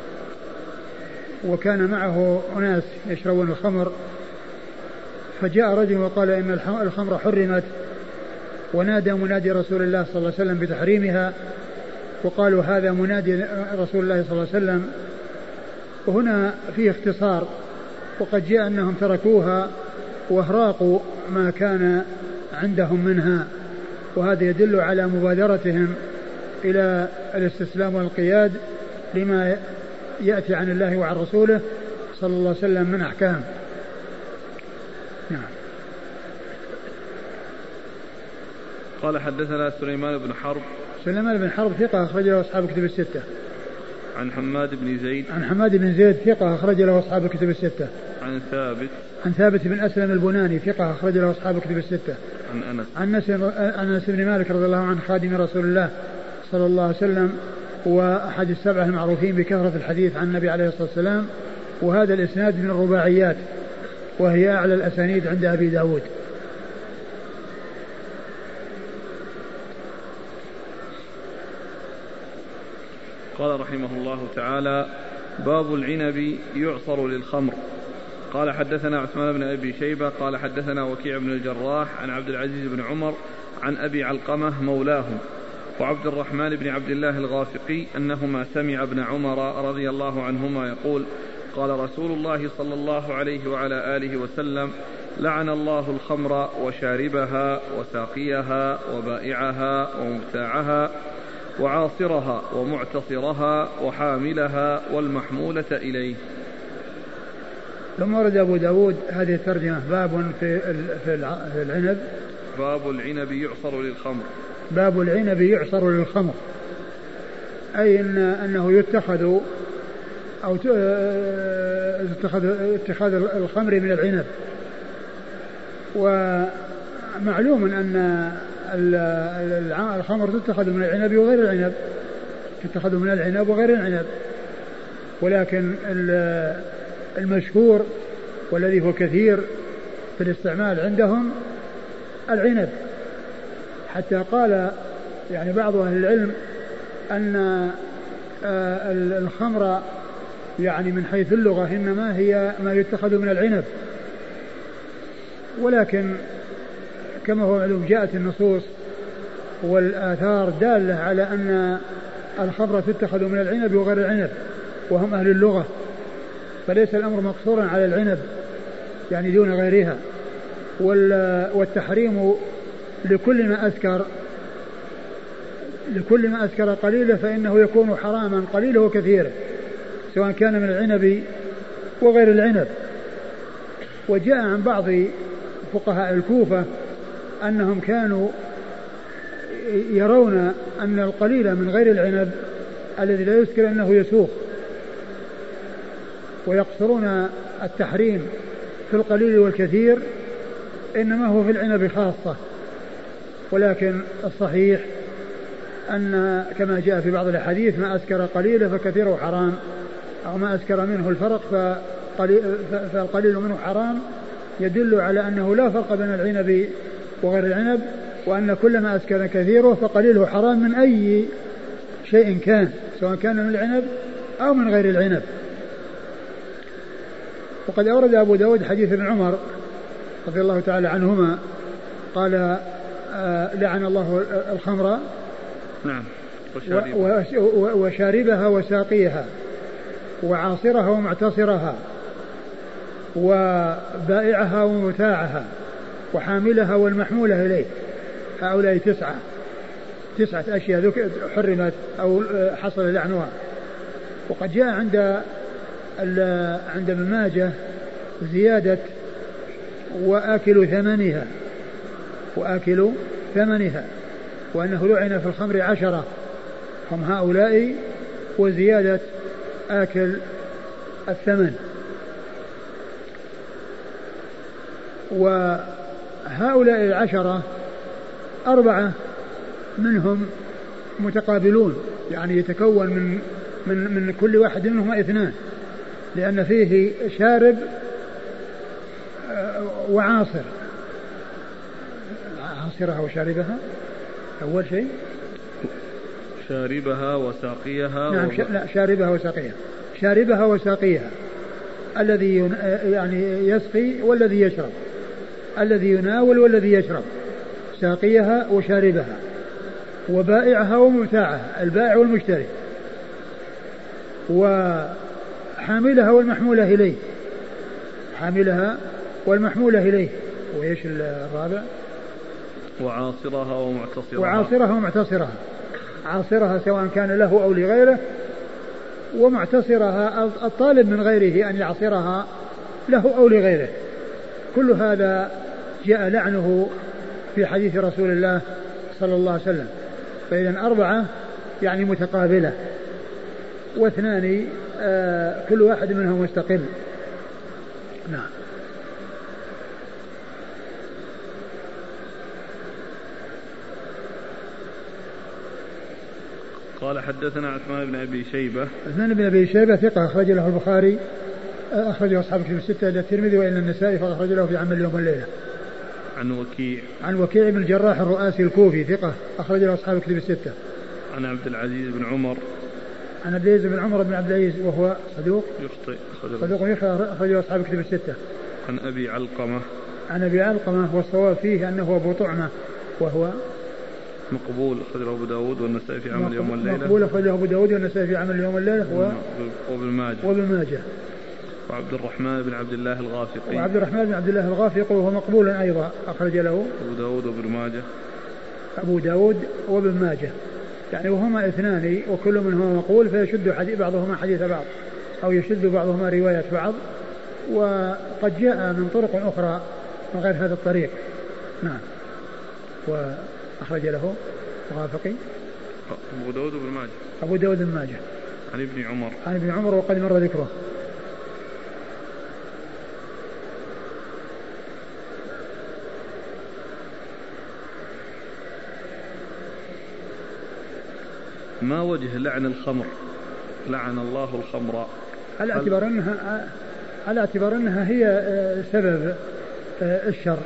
Speaker 2: وكان معه أناس يشربون الخمر، فجاء رجل وقال إن الخمر حرمت، ونادى منادي رسول الله صلى الله عليه وسلم بتحريمها، وقالوا هذا منادي رسول الله صلى الله عليه وسلم. وهنا فيه اختصار، وقد جاء أنهم تركوها واهراقوا ما كان عندهم منها، وهذا يدل على مبادرتهم إلى الاستسلام والانقياد لما يأتي عن الله وعن رسوله صلى الله عليه وسلم من أحكام. نعم.
Speaker 1: قال حدثنا سليمان بن حرب.
Speaker 2: سليمان بن حرب ثقة أخرج له أصحاب الكتب الستة.
Speaker 1: عن حماد بن زيد.
Speaker 2: عن حماد بن زيد ثقة أخرج له أصحاب الكتب الستة.
Speaker 1: عن ثابت.
Speaker 2: عن ثابت بن أسلم البناني ثقة أخرج له أصحاب الكتب الستة.
Speaker 1: عن أنس
Speaker 2: عن أنس أنس بن مالك رضي الله عنه خادم رسول الله صلى الله عليه وسلم وأحد السبعة المعروفين بكثرة الحديث عن النبي عليه الصلاة والسلام. وهذا الإسناد من الرباعيات وهي أعلى الأسانيد عند أبي داود.
Speaker 1: قال رحمه الله تعالى: باب العنب يعصر للخمر. قال حدثنا عثمان بن أبي شيبة قال حدثنا وكيع بن الجراح عن عبد العزيز بن عمر عن أبي علقمة مولاهم وعبد الرحمن بن عبد الله الغافقي أنهما سمع ابن عمر رضي الله عنهما يقول: قال رسول الله صلى الله عليه وعلى آله وسلم: لعن الله الخمر وشاربها وساقيها وبائعها ومبتاعها وعاصرها ومعتصرها وحاملها والمحمولة إليه.
Speaker 2: ثم ورد أبو داود هذه الترجمة: باب في في العنب.
Speaker 1: باب العنب يعصر للخمر.
Speaker 2: باب العنب يعصر للخمر، أي إن أنه يتخذ أو اتخاذ اتخاذ الخمر من العنب. ومعلوم أن الخمر تتخذ من العنب وغير العنب، تتخذ من العنب وغير العنب، ولكن المشهور والذي هو كثير في الاستعمال عندهم العنب، حتى قال يعني بعض أهل العلم أن الخمر يعني من حيث اللغة إنما هي ما يتخذ من العنب، ولكن كما هو معلوم جاءت النصوص والآثار دالة على أن الخمر تتخذ من العنب وغير العنب، وهم أهل اللغة، فليس الأمر مقصورا على العنب يعني دون غيرها. والتحريم لكل ما أسكر لكل ما أسكر قليله فإنه يكون حراما قليله وكثيره، سواء كان من العنب وغير العنب. وجاء عن بعض فقهاء الكوفة أنهم كانوا يرون أن القليل من غير العنب الذي لا يسكر أنه يسوق، ويقصرون التحريم في القليل والكثير إنما هو في العنب خاصة. ولكن الصحيح أن كما جاء في بعض الحديث: ما أسكر قليله فكثيره حرام، أو ما أسكر منه الفرق فالقليل منه حرام، يدل على أنه لا فرق بين العنب وغير العنب، وأن كل ما أسكر كثيره فقليله حرام من أي شيء كان، سواء كان من العنب أو من غير العنب. وقد أورد أبو داود حديث ابن عمر رضي الله تعالى عنهما قال: آه لعن الله الخمر
Speaker 1: نعم
Speaker 2: وشاربها وساقيها وعاصرها ومعتصرها وبائعها ومتاعها وحاملها والمحمولة إليه. هؤلاء تسعة تسعة أشياء حرمت أو حصل لعنها. وقد جاء عند عند ابن ماجه زيادة: وآكل ثمنها وآكل ثمنها، وأنه لعن في الخمر عشرة هم هؤلاء، وزيادة آكل الثمن. وهؤلاء العشرة أربعة منهم متقابلون، يعني يتكون من من من كل واحد منهم اثنان، لأن فيه شارب وعاصر. عاصرها وشاربها أول شيء،
Speaker 1: شاربها وساقيها.
Speaker 2: نعم وب... لا شاربها وساقيها. شاربها وساقيها الذي ين... يعني يسقي والذي يشرب، الذي يناول والذي يشرب. ساقيها وشاربها. وبائعها ومبتاعها، البائع والمشتري. وحاملها والمحمولة إليه، حاملها والمحمولة إليه. وإيش الرابع؟
Speaker 1: وعاصرها ومعتصرها.
Speaker 2: وعاصرها ومعتصرها. عاصرها سواء كان له أو لغيره، ومعتصرها الطالب من غيره أن يعصرها له أو لغيره. كل هذا جاء لعنه في حديث رسول الله صلى الله عليه وسلم. فإذن أربعة يعني متقابلة، واثنان آه كل واحد منهم مستقل. نعم.
Speaker 1: قال حدثنا عثمان بن أبي شيبة.
Speaker 2: عثمان بن أبي شيبة ثقة أخرج له البخاري أخرجه أصحاب الكتب الستة إلا الترمذي وإلا النسائي فأخرج له في عمل اليوم والليلة.
Speaker 1: عن وكيع.
Speaker 2: عن وكيع بن الجراح الرؤاسي الكوفي ثقة أخرج له أصحاب الكتب الستة.
Speaker 1: عن عبد العزيز بن عمر.
Speaker 2: عن عبد العزيز بن عمر بن عبد العزيز وهو صدوق
Speaker 1: يخطئ
Speaker 2: صدوق يخطئ أخرج له أصحاب الكتب الستة.
Speaker 1: عن أبي علقمة.
Speaker 2: عن أبي علقمة والصواب فيه أنه أبو طعمة وهو
Speaker 1: مقبول أخرجه أبو داود والنسائي في عمل اليوم والليلة.
Speaker 2: مقبول أخرجه أبو داود والنسائي في عمل اليوم والليلة و...
Speaker 1: وابن ماجه.
Speaker 2: وابن ماجه.
Speaker 1: وعبد الرحمن بن عبد الله الغافقي.
Speaker 2: وعبد الرحمن بن عبد الله الغافقي وهو مقبول أيضا أخرج له
Speaker 1: أبو داود وابن ماجه.
Speaker 2: أبو داود وابن ماجه يعني وهما اثنان وكل منهما مقبول فيشد حديث بعضهما حديث بعض أو يشد بعضهما رواية بعض وقد جاء من طرق أخرى من غير هذا الطريق. نعم. وأخرج له الغافقي
Speaker 1: أبو داود وابن ماجه.
Speaker 2: أبو داود وابن ماجه.
Speaker 1: عن ابن عمر.
Speaker 2: عن ابن عمر وقد مر ذكره.
Speaker 1: ما وجه لعن الخمر؟ لعن الله الخمر
Speaker 2: على اعتبار أنها على اعتبار أنها هي سبب الشر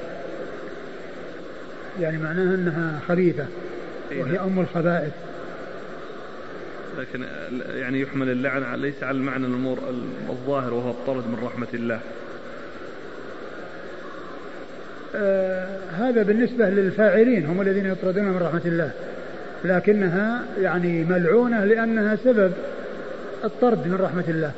Speaker 2: يعني معناها أنها خبيثة وهي أم الخبائث.
Speaker 1: لكن يعني يحمل اللعن ليس على المعنى الأمور الظاهر وهو الطرد من رحمة الله.
Speaker 2: آه هذا بالنسبة للفاعلين هم الذين يطردون من رحمة الله لكنها يعني ملعونة لأنها سبب الطرد من رحمة الله.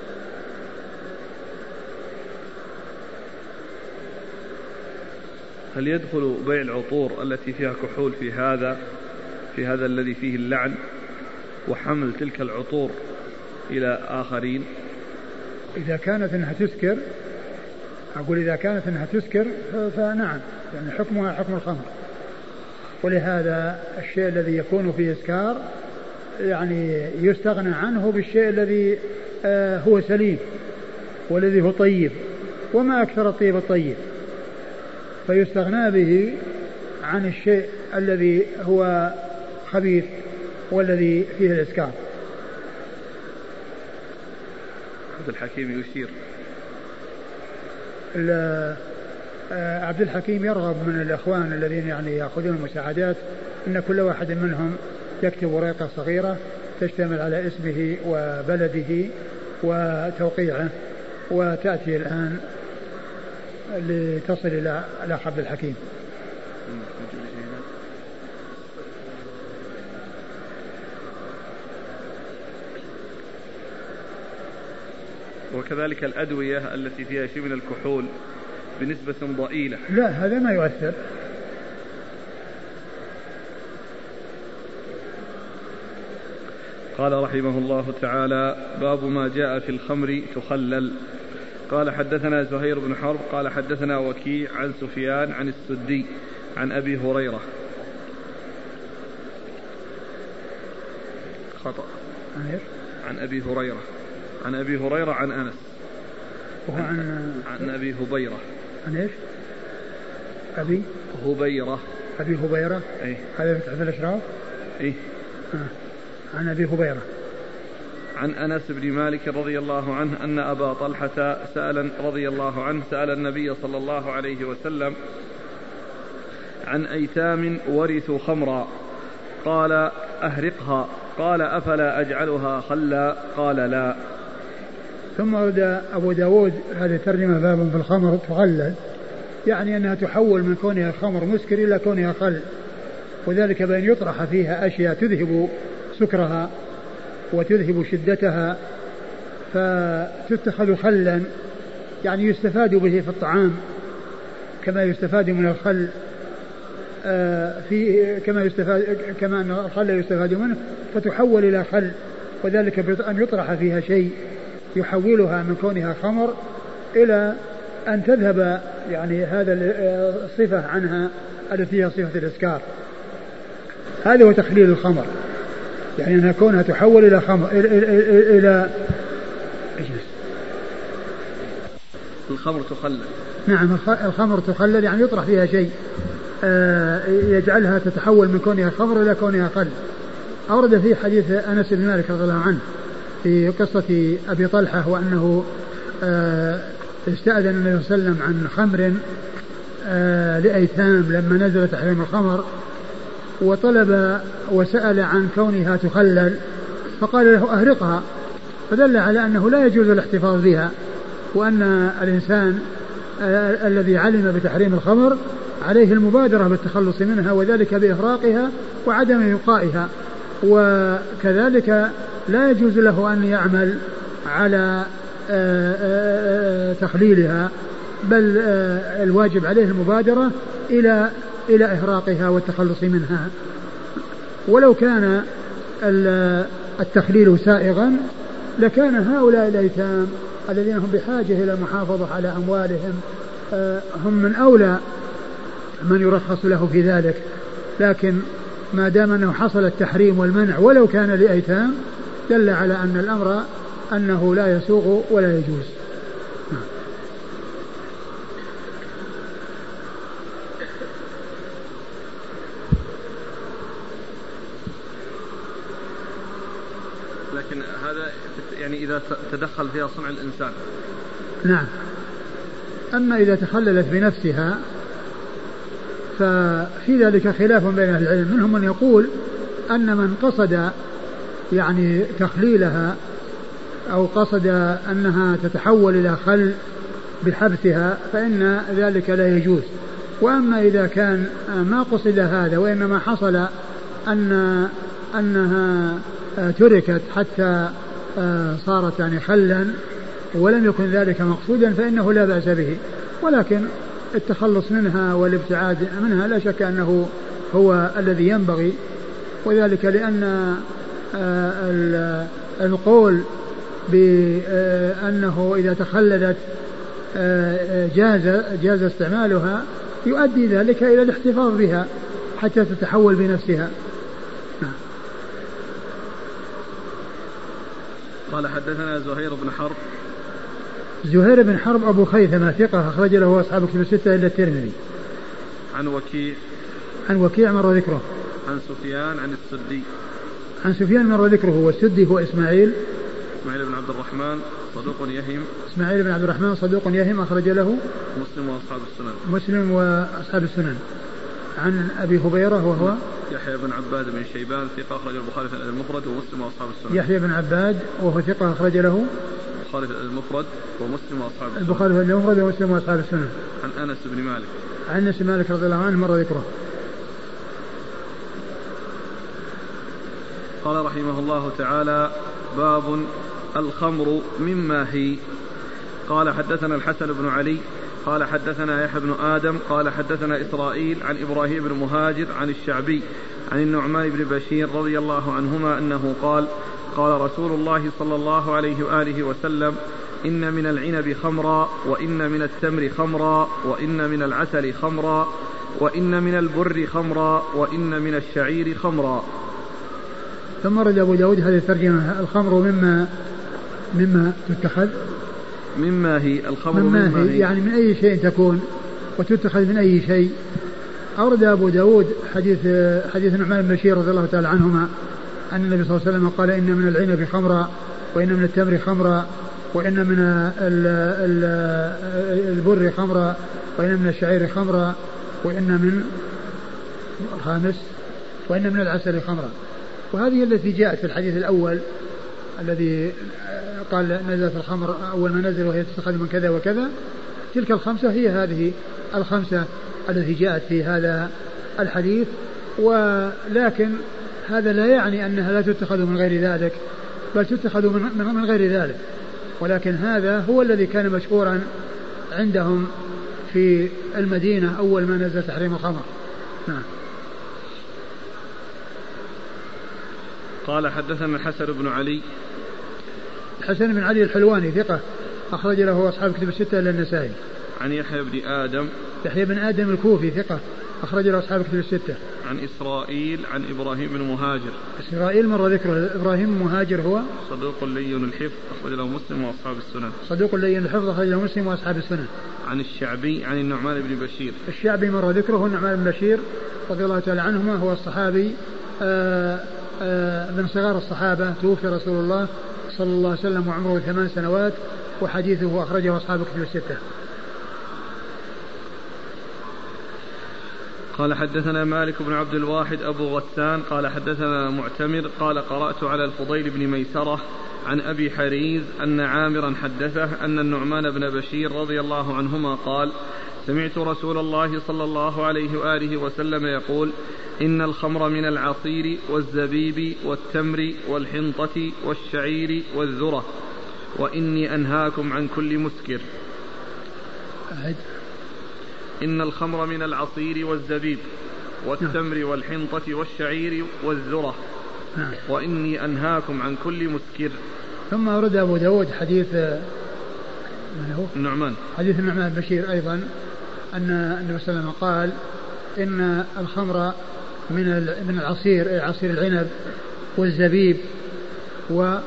Speaker 1: هل يدخل بيع العطور التي فيها كحول في هذا في هذا الذي فيه اللعن وحمل تلك العطور إلى آخرين؟
Speaker 2: إذا كانت أنها تسكر أقول إذا كانت أنها تسكر فنعم يعني حكمها حكم الخمر. ولهذا الشيء الذي يكون فيه إسكار يعني يستغنى عنه بالشيء الذي آه هو سليم والذي هو طيب وما أكثر الطيب الطيب فيستغنى به عن الشيء الذي هو خبيث والذي فيه الإسكار.
Speaker 1: عبد الحكيم يشير.
Speaker 2: عبد الحكيم يرغب من الإخوان الذين يعني يأخذون المساعدات أن كل واحد منهم يكتب ورقة صغيرة تشتمل على اسمه وبلده وتوقيعه وتأتي الآن لتصل إلى الأخ عبد الحكيم.
Speaker 1: وكذلك الأدوية التي فيها شيء من الكحول بنسبة ضئيلة.
Speaker 2: لا هذا ما يؤثر.
Speaker 1: قال رحمه الله تعالى باب ما جاء في الخمر تخلل. قال حدثنا زهير بن حرب قال حدثنا وكيع عن سفيان عن السدي عن أبي هريرة. خطأ. عن أبي هريرة عن أبي هريرة عن أنس
Speaker 2: وهو عن,
Speaker 1: عن أبي هبيرة.
Speaker 2: عن إيش؟ أبي
Speaker 1: هبيرة.
Speaker 2: أبي هبيرة.
Speaker 1: إيه.
Speaker 2: هذا فتح في الأشراف.
Speaker 1: إيه.
Speaker 2: آه. عن أبي هبيرة.
Speaker 1: عن أنس بن مالك رضي الله عنه أن أبا طلحة سأل رضي الله عنه سأل النبي صلى الله عليه وسلم عن أيتام ورثوا خمرا قال أهرقها قال أفلا أجعلها خلا قال لا.
Speaker 2: ثم ورد أبو داود هذه ترجمة باب في الخمر تخلل يعني أنها تحول من كونها خمر مسكر إلى كونها خل وذلك بأن يطرح فيها أشياء تذهب سكرها وتذهب شدتها فتتخذ خلا يعني يستفاد به في الطعام كما يستفاد من الخل في كما يستفاد كما أن الخل يستفاد منه فتحول إلى خل وذلك بأن يطرح فيها شيء يحولها من كونها خمر إلى أن تذهب يعني هذا الصفة عنها التي هي صفة الإسكار. هذا هو تخليل الخمر يعني أنها كونها تحول إلى خمر إلى, إلى, إلى
Speaker 1: الخمر تخلل.
Speaker 2: نعم الخمر تخلل يعني يطرح فيها شيء يجعلها تتحول من كونها خمر إلى كونها خل أورد في حديث أنس بن مالك رضي الله عنه في قصة أبي طلحة وأنه استأذن النبي صلى الله عليه وسلم عن خمر لأيتام لما نزل تحريم الخمر، وطلب وسأل عن كونها تخلل فقال له أهرقها، فدل على أنه لا يجوز الاحتفاظ بها، وأن الإنسان الذي علم بتحريم الخمر عليه المبادرة بالتخلص منها، وذلك بإهراقها وعدم إبقائها. وكذلك لا يجوز له أن يعمل على تخليلها، بل الواجب عليه المبادرة إلى إلى إهراقها والتخلص منها. ولو كان التخليل سائغا لكان هؤلاء الأيتام الذين هم بحاجة إلى المحافظة على أموالهم هم من أولى من يرخص له في ذلك، لكن ما دام أنه حصل التحريم والمنع ولو كان لأيتام دل على أن الأمر أنه لا يسوغ ولا يجوز.
Speaker 1: لكن هذا يعني إذا تدخل فيها صنع الإنسان.
Speaker 2: نعم. أما إذا تخللت بنفسها ففي ذلك خلاف بين أهل العلم، منهم من يقول أن من قصد يعني تخليلها أو قصد أنها تتحول إلى خل بحبسها فإن ذلك لا يجوز. وأما إذا كان ما قصد هذا وإنما حصل أن أنها تركت حتى صارت يعني خلا ولم يكن ذلك مقصودا فإنه لا بأس به، ولكن التخلص منها والابتعاد منها لا شك أنه هو الذي ينبغي، وذلك لأن القول بأنه إذا تخللت جاز جاز استعمالها يؤدي ذلك إلى الاحتفاظ بها حتى تتحول بنفسها.
Speaker 1: قال حدثنا زهير بن حرب.
Speaker 2: زهير بن حرب أبو خيثمة ثقة أخرج له أصحاب كتب الستة إلا الترمذي.
Speaker 1: عن وكيع.
Speaker 2: عن وكيع مر ذكره.
Speaker 1: عن سفيان عن السدي.
Speaker 2: عن سفيان مر ذكره، والسدي هو إسماعيل.
Speaker 1: إسماعيل بن عبد الرحمن صدوق يهم.
Speaker 2: إسماعيل بن عبد الرحمن صدوق يهم أخرج له
Speaker 1: مسلم وأصحاب السنن.
Speaker 2: مسلم وأصحاب السنن. عن أبي هبيرة وهو
Speaker 1: يحيى بن عباد بن شيبان ثقة أخرج البخاري في المفرد ومسلم وأصحاب السنن.
Speaker 2: يحيى بن عباد وهو ثقة أخرج له
Speaker 1: البخاري في المفرد ومسلم وأصحاب السنن.
Speaker 2: البخاري في المفرد ومسلم وأصحاب السنن.
Speaker 1: عن أنس بن مالك.
Speaker 2: عن أنس بن مالك رضي الله عنه مر ذكره.
Speaker 1: قال رحمه الله تعالى: باب الخمر مما هي. قال حدثنا الحسن بن علي قال حدثنا يحيى بن آدم قال حدثنا إسرائيل عن إبراهيم بن مهاجر عن الشعبي عن النعمان بن بشير رضي الله عنهما أنه قال: قال رسول الله صلى الله عليه وآله وسلم: إن من العنب خمرا، وإن من التمر خمرا، وإن من العسل خمرا، وإن من البر خمرا، وإن من الشعير خمرا.
Speaker 2: ثم رد أبو داود هذه الترجمة: الخمر مما مما تتخذ.
Speaker 1: مما هي الخمر
Speaker 2: مما,
Speaker 1: مما
Speaker 2: هي, هي يعني من أي شيء تكون وتتخذ من أي شيء. أورد أبو داود حديث حديث النعمان بن بشير رضي الله تعالى عنهما أن النبي صلى الله عليه وسلم قال: إن من العنب خمرا، وإن من التمر خمرا، وإن من البر خمرا، وإن من الشعير خمرا، وإن من الخامس وإن من العسل خمرا. وهذه التي جاءت في الحديث الأول الذي قال نزلت الخمر أول ما نزل وهي تتخذ من كذا وكذا، تلك الخمسة هي هذه الخمسة التي جاءت في هذا الحديث. ولكن هذا لا يعني أنها لا تتخذ من غير ذلك، بل تتخذ من, من غير ذلك، ولكن هذا هو الذي كان مشهورا عندهم في المدينة أول ما نزل تحريم الخمر. نعم.
Speaker 1: قال حدثنا الحسن بن علي.
Speaker 2: الحسن بن علي الحلواني ثقة أخرج له أصحاب كتب الستة إلا النسائي.
Speaker 1: عن يحيى بن آدم.
Speaker 2: يحيى بن آدم الكوفي ثقة أخرج له أصحاب كتب الستة.
Speaker 1: عن إسرائيل عن إبراهيم بن مهاجر.
Speaker 2: إسرائيل مر ذكره. إبراهيم مهاجر هو
Speaker 1: صدوق لين الحفظ أخرج له مسلم وأصحاب السنن.
Speaker 2: صدوق لين الحفظ أخرج له مسلم وأصحاب السنن.
Speaker 1: عن الشعبي عن النعمان بن بشير.
Speaker 2: الشعبي مر ذكره. النعمان بن بشير رضي الله تعالى عنهما هو الصحابي آآ من صغار الصحابة، توفي رسول الله صلى الله عليه وسلم وعمره ثمان سنوات، وحديثه أخرجه أصحاب الكتب الستة.
Speaker 1: قال حدثنا مالك بن عبد الواحد أبو غسان قال حدثنا معتمر قال قرأت على الفضيل بن ميسرة عن أبي حريز أن عامرا حدثه أن النعمان بن بشير رضي الله عنهما قال سمعت رسول الله صلى الله عليه وآله وسلم يقول إن الخمر من العصير والزبيب والتمر والحنطة والشعير والذرة وإني أنهاكم عن كل مسكر. إن الخمر من العصير والزبيب والتمر والحنطة والشعير والذرة وإني أنهاكم عن كل مسكر.
Speaker 2: ثم أورد أبو داود حديث من هو؟
Speaker 1: النعمان،
Speaker 2: حديث النعمان بن بشير أيضا أن النبي صلى الله عليه وسلم قال إن الخمر من من العصير عصير العنب والزبيب و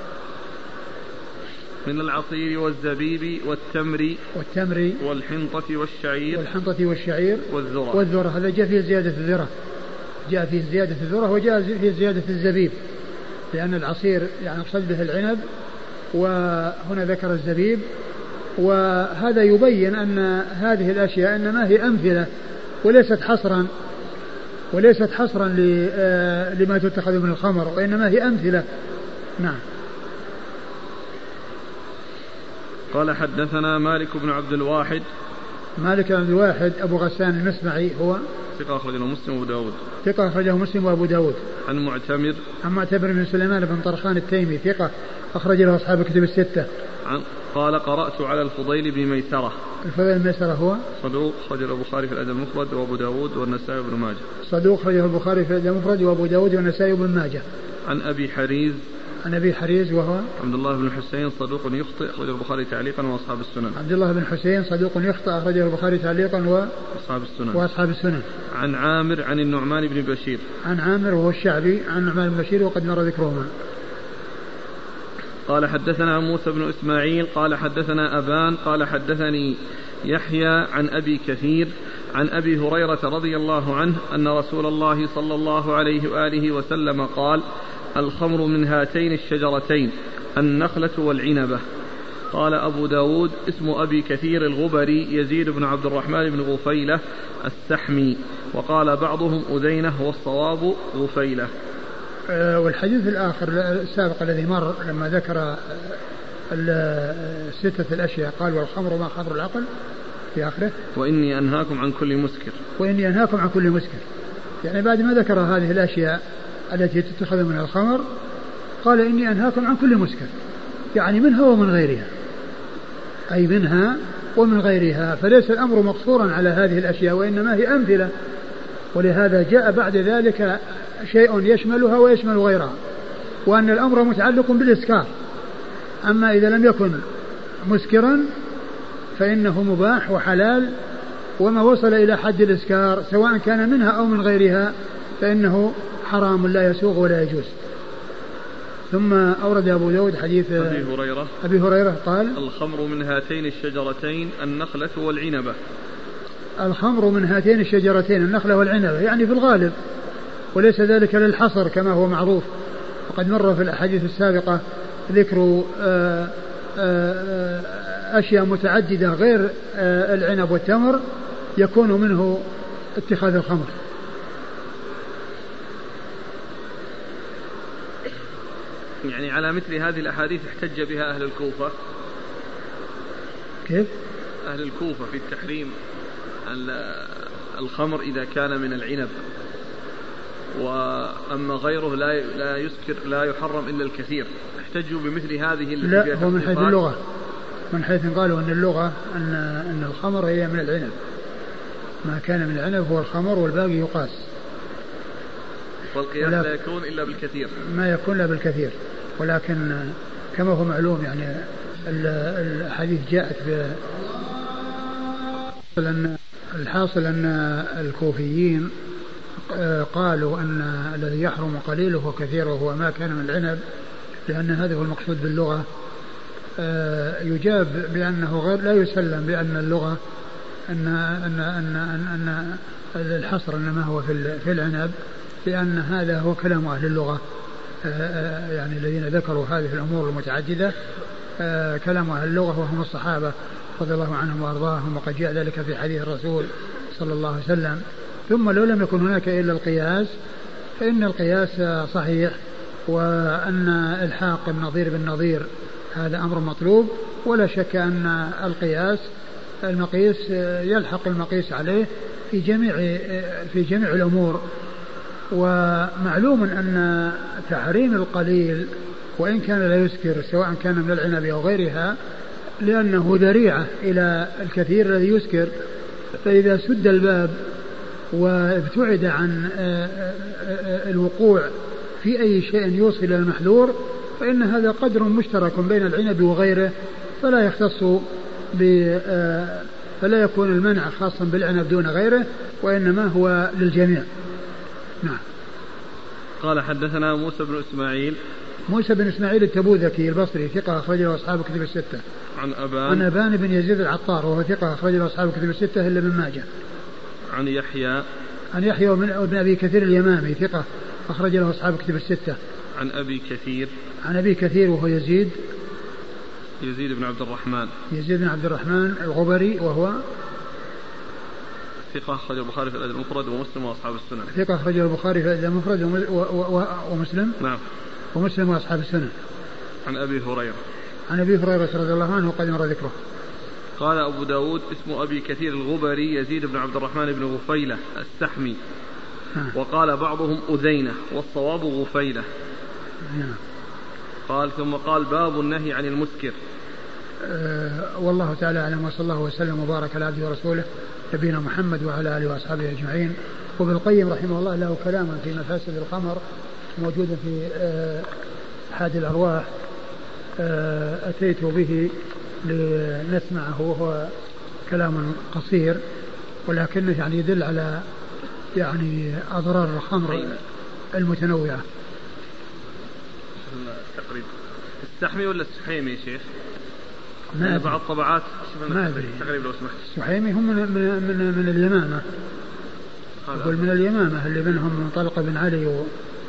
Speaker 1: من العصير والزبيب والتمر
Speaker 2: والتمر
Speaker 1: والحنطة والشعير
Speaker 2: والحنطة والشعير
Speaker 1: والذرة
Speaker 2: والذرة هذا جاء فيه زيادة الذرة، جاء فيه زيادة الذرة وجاء فيه زيادة الزبيب، لأن العصير يعني يقصد به العنب وهنا ذكر الزبيب. وهذا يبين أن هذه الأشياء إنما هي أمثلة وليست حصرا وليست حصرا لما تتخذ من الخمر، وإنما هي أمثلة. نعم.
Speaker 1: قال حدثنا مالك بن عبد الواحد
Speaker 2: مالك بن عبد الواحد أبو غسان المسمعي هو
Speaker 1: ثقة أخرجه مسلم وأبو داود
Speaker 2: ثقة أخرجه مسلم وأبو داود
Speaker 1: عن معتمر
Speaker 2: عن معتمر بن سليمان بن طرخان التيمي ثقة أخرج له أصحاب الكتب الستة.
Speaker 1: عن قال قرأت على الفضيل بن ميسرة.
Speaker 2: الفضيل بن ميسرة هو
Speaker 1: صدوق أخرجه البخاري في الأدب المفرد وأبو داود والنسائي وابن ماجه.
Speaker 2: صدوق أخرجه البخاري في الأدب المفرد وأبو داود والنسائي وابن ماجه.
Speaker 1: عن أبي حريز
Speaker 2: عن أبي حريز وهو
Speaker 1: عبد الله بن حسين صدوق يخطئ أخرجه البخاري تعليقا وأصحاب السنن.
Speaker 2: عبد الله بن حسين صدوق يخطئ أخرجه البخاري تعليقا
Speaker 1: وأصحاب السنن.
Speaker 2: وأصحاب السنن.
Speaker 1: عن عامر عن النعمان بن بشير
Speaker 2: عن عامر وهو الشعبي عن النعمان بن بشير وقد مر ذكرهما.
Speaker 1: قال حدثنا موسى بن إسماعيل قال حدثنا أبان قال حدثني يحيى عن أبي كثير عن أبي هريرة رضي الله عنه أن رسول الله صلى الله عليه وآله وسلم قال الخمر من هاتين الشجرتين النخلة والعنبة. قال أبو داود اسم أبي كثير الغبري يزيد بن عبد الرحمن بن غفيلة السحمي، وقال بعضهم أذينة والصواب غفيلة.
Speaker 2: والحديث الآخر السابق الذي مر لما ذكر الستة الأشياء قال والخمر ما خمر العقل في آخره
Speaker 1: وإني أنهاكم عن كل مسكر
Speaker 2: وإني أنهاكم عن كل مسكر، يعني بعد ما ذكر هذه الأشياء التي تتخذ من الخمر قال إني أنهاكم عن كل مسكر، يعني منها ومن غيرها، أي منها ومن غيرها، فليس الأمر مقصورا على هذه الأشياء وإنما هي أمثلة، ولهذا جاء بعد ذلك شيء يشملها ويشمل غيرها، وأن الأمر متعلق بالإسكار، أما إذا لم يكن مسكرا فإنه مباح وحلال، وما وصل إلى حد الإسكار سواء كان منها أو من غيرها فإنه حرام لا يسوغ ولا يجوز. ثم أورد أبو داود حديث
Speaker 1: أبي هريرة
Speaker 2: أبي هريرة قال
Speaker 1: الخمر من هاتين الشجرتين النخلة والعنبة.
Speaker 2: الخمر من هاتين الشجرتين النخلة والعنبة يعني في الغالب، وليس ذلك للحصر كما هو معروف، وقد مر في الأحاديث السابقة ذكر أشياء متعددة غير العنب والتمر يكون منه اتخاذ الخمر.
Speaker 1: يعني على مثل هذه الأحاديث احتج بها أهل الكوفة.
Speaker 2: كيف؟
Speaker 1: أهل الكوفة في التحريم الخمر إذا كان من العنب، وأما غيره لا لا يسكر لا يحرم إلا الكثير، احتجوا بمثل هذه.
Speaker 2: لا، هو من حيث اللغة، من حيث قالوا أن اللغة أن أن الخمر هي من العنب، ما كان من العنب هو الخمر والباقي يقاس،
Speaker 1: والقياس لا يكون إلا بالكثير،
Speaker 2: ما يكون إلا بالكثير. ولكن كما هو معلوم يعني الحديث جاءت ب الحاصل أن الكوفيين قالوا أن الذي يحرم قليله وكثيره هو ما كان من العنب، لأن هذا هو المقصود باللغة. يجاب بأنه غير لا يسلم بأن اللغة أن أن أن أن, أن الحصر إنما هو في في العنب، لأن هذا هو كلام أهل اللغة يعني الذين ذكروا هذه الأمور المتعددة كلام أهل اللغة وهم الصحابة رضي الله عنهم وأرضاهم، وقد جاء ذلك في حديث الرسول صلى الله عليه وسلم. ثم لو لم يكن هناك إلا القياس فإن القياس صحيح، وأن الحاق النظير بالنظير هذا أمر مطلوب، ولا شك أن القياس المقيس يلحق المقيس عليه في جميع في جميع الأمور. ومعلوم أن تحريم القليل وإن كان لا يسكر سواء كان من العنب أو غيرها لأنه ذريعة إلى الكثير الذي يسكر، فإذا سد الباب وابتعد عن الوقوع في أي شيء يوصل إلى المحذور فإن هذا قدر مشترك بين العنب وغيره، فلا يختص فلا يكون المنع خاصا بالعنب دون غيره، وإنما هو للجميع. نعم.
Speaker 1: قال حدثنا موسى بن إسماعيل
Speaker 2: موسى بن إسماعيل التبوذكي البصري ثقة أخرج له أصحاب كتب الستة.
Speaker 1: عن أبان
Speaker 2: عن أبان بن يزيد العطار وهو ثقة أخرج له أصحاب كتب الستة إلا ابن ماجه.
Speaker 1: عن يحيى
Speaker 2: عن يحيى بن أبي كثير اليمامي ثقة أخرج له أصحاب كتب الستة.
Speaker 1: عن أبي كثير
Speaker 2: عن أبي كثير وهو يزيد
Speaker 1: يزيد بن عبد الرحمن
Speaker 2: يزيد بن عبد الرحمن الغبري وهو
Speaker 1: ثقة أخرج البخاري في الأدب المفرد ومسلم وأصحاب السنن.
Speaker 2: ثقة أخرج البخاري في الأدب المفرد ومسلم
Speaker 1: نعم
Speaker 2: ومسلم وأصحاب السنن.
Speaker 1: عن أبي هريرة
Speaker 2: عن أبي هريرة رضي الله عنه وقد مر ذكره.
Speaker 1: قال أبو داود اسم أبي كثير الغبري يزيد بن عبد الرحمن بن غفيلة السحمي ها. وقال بعضهم أذينة والصواب غفيلة.
Speaker 2: ها.
Speaker 1: قال ثم قال باب النهي عن المسكر.
Speaker 2: أه والله تعالى أعلم، وصلى الله وسلم وبارك على عبده ورسوله نبينا محمد وعلى آله وأصحابه أجمعين. وابن القيم رحمه الله له كلاما في مفاسد الخمر موجودا في أه حاد الأرواح، أه أتيت به لنسمعه وهو كلام قصير ولكنه يعني يدل على يعني أضرار الخمر المتنوعة.
Speaker 1: تقريبا السحمي ولا السحيمي يا شيخ؟
Speaker 2: ما
Speaker 1: بعض الطبعات
Speaker 2: ما أدري
Speaker 1: تقريبا لو سمحت.
Speaker 2: السحيمي هم من من من, من اليمامة، أقول من اليمامة اللي منهم طلق بن علي و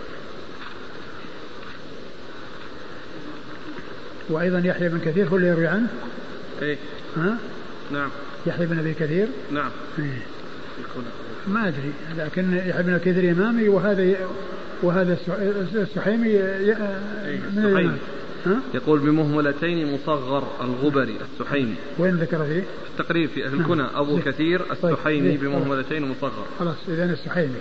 Speaker 2: وأيضا يحيى بن كثير هو اللي يروي عنه.
Speaker 1: إيه
Speaker 2: ها
Speaker 1: نعم
Speaker 2: يحيى بن أبي كثير
Speaker 1: نعم
Speaker 2: إيه. ما أدري لكن يحيى بن كثير إمامي وهذا وهذا السحيمي من اليمامة.
Speaker 1: يقول بمهملتين مصغر الغبري السحيمي.
Speaker 2: وين ذكر فيه؟
Speaker 1: في التقريب في أهل الكنى أبو كثير السحيمي بمهملتين مصغر.
Speaker 2: خلاص إذن السحيمي.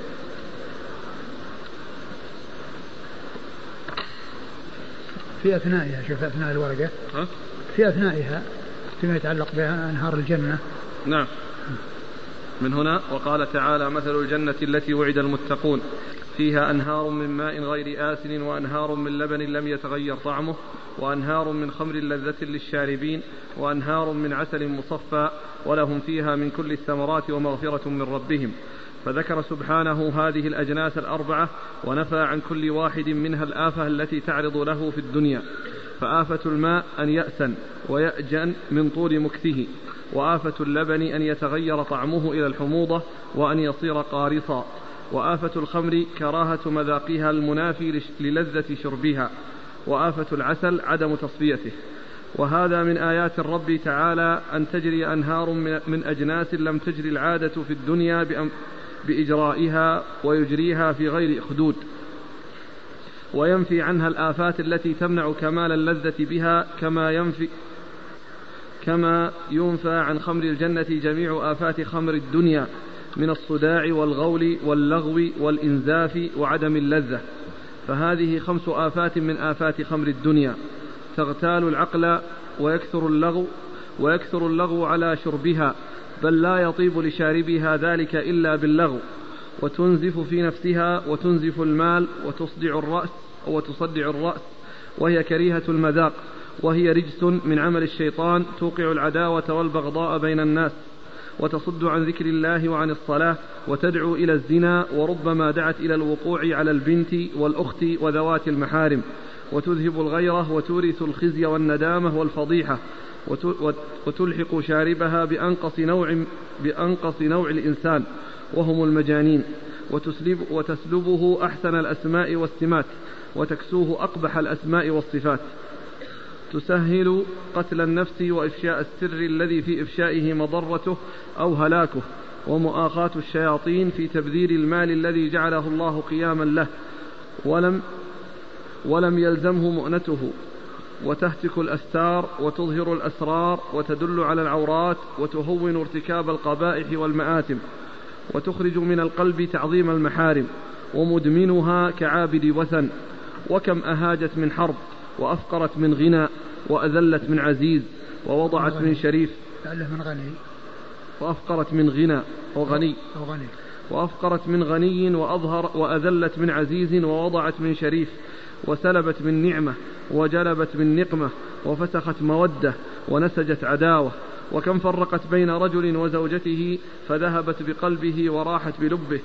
Speaker 2: في أثنائها شوف أثناء الورقة
Speaker 1: ها؟
Speaker 2: في أثنائها فيما يتعلق بأنهار الجنة.
Speaker 1: نعم. من هنا وقال تعالى مثل الجنة التي وعد المتقون فيها أنهار من ماء غير آسن وأنهار من لبن لم يتغير طعمه وأنهار من خمر لذة للشاربين وأنهار من عسل مصفى ولهم فيها من كل الثمرات ومغفرة من ربهم. فذكر سبحانه هذه الأجناس الأربعة ونفى عن كل واحد منها الآفة التي تعرض له في الدنيا. فآفة الماء أن يأسن ويأجن من طول مكثه، وآفة اللبن أن يتغير طعمه إلى الحموضة وأن يصير قارصا، وآفة الخمر كراهة مذاقها المنافي للذة شربها، وآفة العسل عدم تصفيته. وهذا من آيات الرب تعالى أن تجري أنهار من أجناس لم تجري العادة في الدنيا بإجرائها ويجريها في غير أخدود، وينفي عنها الآفات التي تمنع كمال اللذة بها كما ينفي كما ينفى عن خمر الجنة جميع آفات خمر الدنيا من الصداع والغول واللغو والإنزاف وعدم اللذة. فهذه خمس آفات من آفات خمر الدنيا تغتال العقل ويكثر اللغو ويكثر اللغو على شربها، بل لا يطيب لشاربها ذلك إلا باللغو، وتنزف في نفسها وتنزف المال وتصدع الرأس وتصدع الرأس وهي كريهة المذاق، وهي رجس من عمل الشيطان توقع العداوة والبغضاء بين الناس وتصد عن ذكر الله وعن الصلاة وتدعو إلى الزنا، وربما دعت إلى الوقوع على البنت والأخت وذوات المحارم، وتذهب الغيرة وتورث الخزي والندامة والفضيحة، وتلحق شاربها بأنقص نوع, بأنقص نوع الإنسان وهم المجانين. وتسلب وتسلبه أحسن الأسماء والسمات وتكسوه أقبح الأسماء والصفات. تسهل قتل النفس وإفشاء السر الذي في إفشائه مضرته أو هلاكه، ومؤاخاة الشياطين في تبذير المال الذي جعله الله قياما له ولم, ولم يلزمه مؤنته، وتهتك الأستار وتظهر الأسرار وتدل على العورات وتهون ارتكاب القبائح والمآثم، وتخرج من القلب تعظيم المحارم، ومدمنها كعابد وثن. وكم أهاجت من حرب وأفقرت من غنى وأذلت من عزيز ووضعت من شريف
Speaker 2: من غني
Speaker 1: وأفقرت من غنى وغني وأفقرت من غني وأظهر وأذلت من عزيز ووضعت من شريف، وسلبت من نعمة وجلبت من نقمة، وفسخت مودة ونسجت عداوة. وكم فرقت بين رجل وزوجته فذهبت بقلبه وراحت بلبه.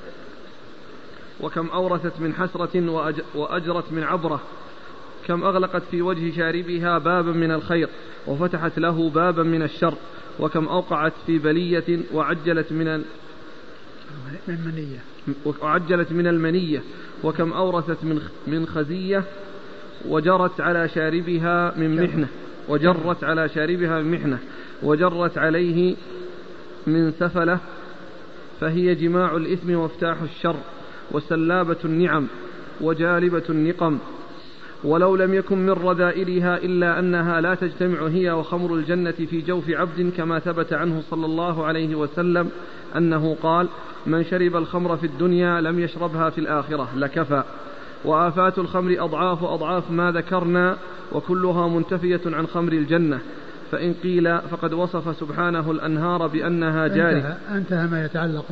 Speaker 1: وكم أورثت من حسرة وأجرت من عبرة. كم أغلقت في وجه شاربها بابا من الخير وفتحت له بابا من الشر. وكم أوقعت في بلية وعجلت من
Speaker 2: المنية
Speaker 1: وعجلت من المنية. وكم أورثت من خزية وجرت على شاربها من محنة وجرت على شاربها من محنة وجرت عليه من سفلة. فهي جماع الإثم وافتاح الشر وسلابة النعم وجالبة النقم. ولو لم يكن من رذائلها إلا أنها لا تجتمع هي وخمر الجنة في جوف عبد، كما ثبت عنه صلى الله عليه وسلم أنه قال: من شرب الخمر في الدنيا لم يشربها في الآخرة لكفى. وآفات الخمر أضعاف أضعاف ما ذكرنا، وكلها منتفية عن خمر الجنة. فإن قيل فقد وصف سبحانه الأنهار بأنها جارية.
Speaker 2: انتهى, انتهى ما يتعلق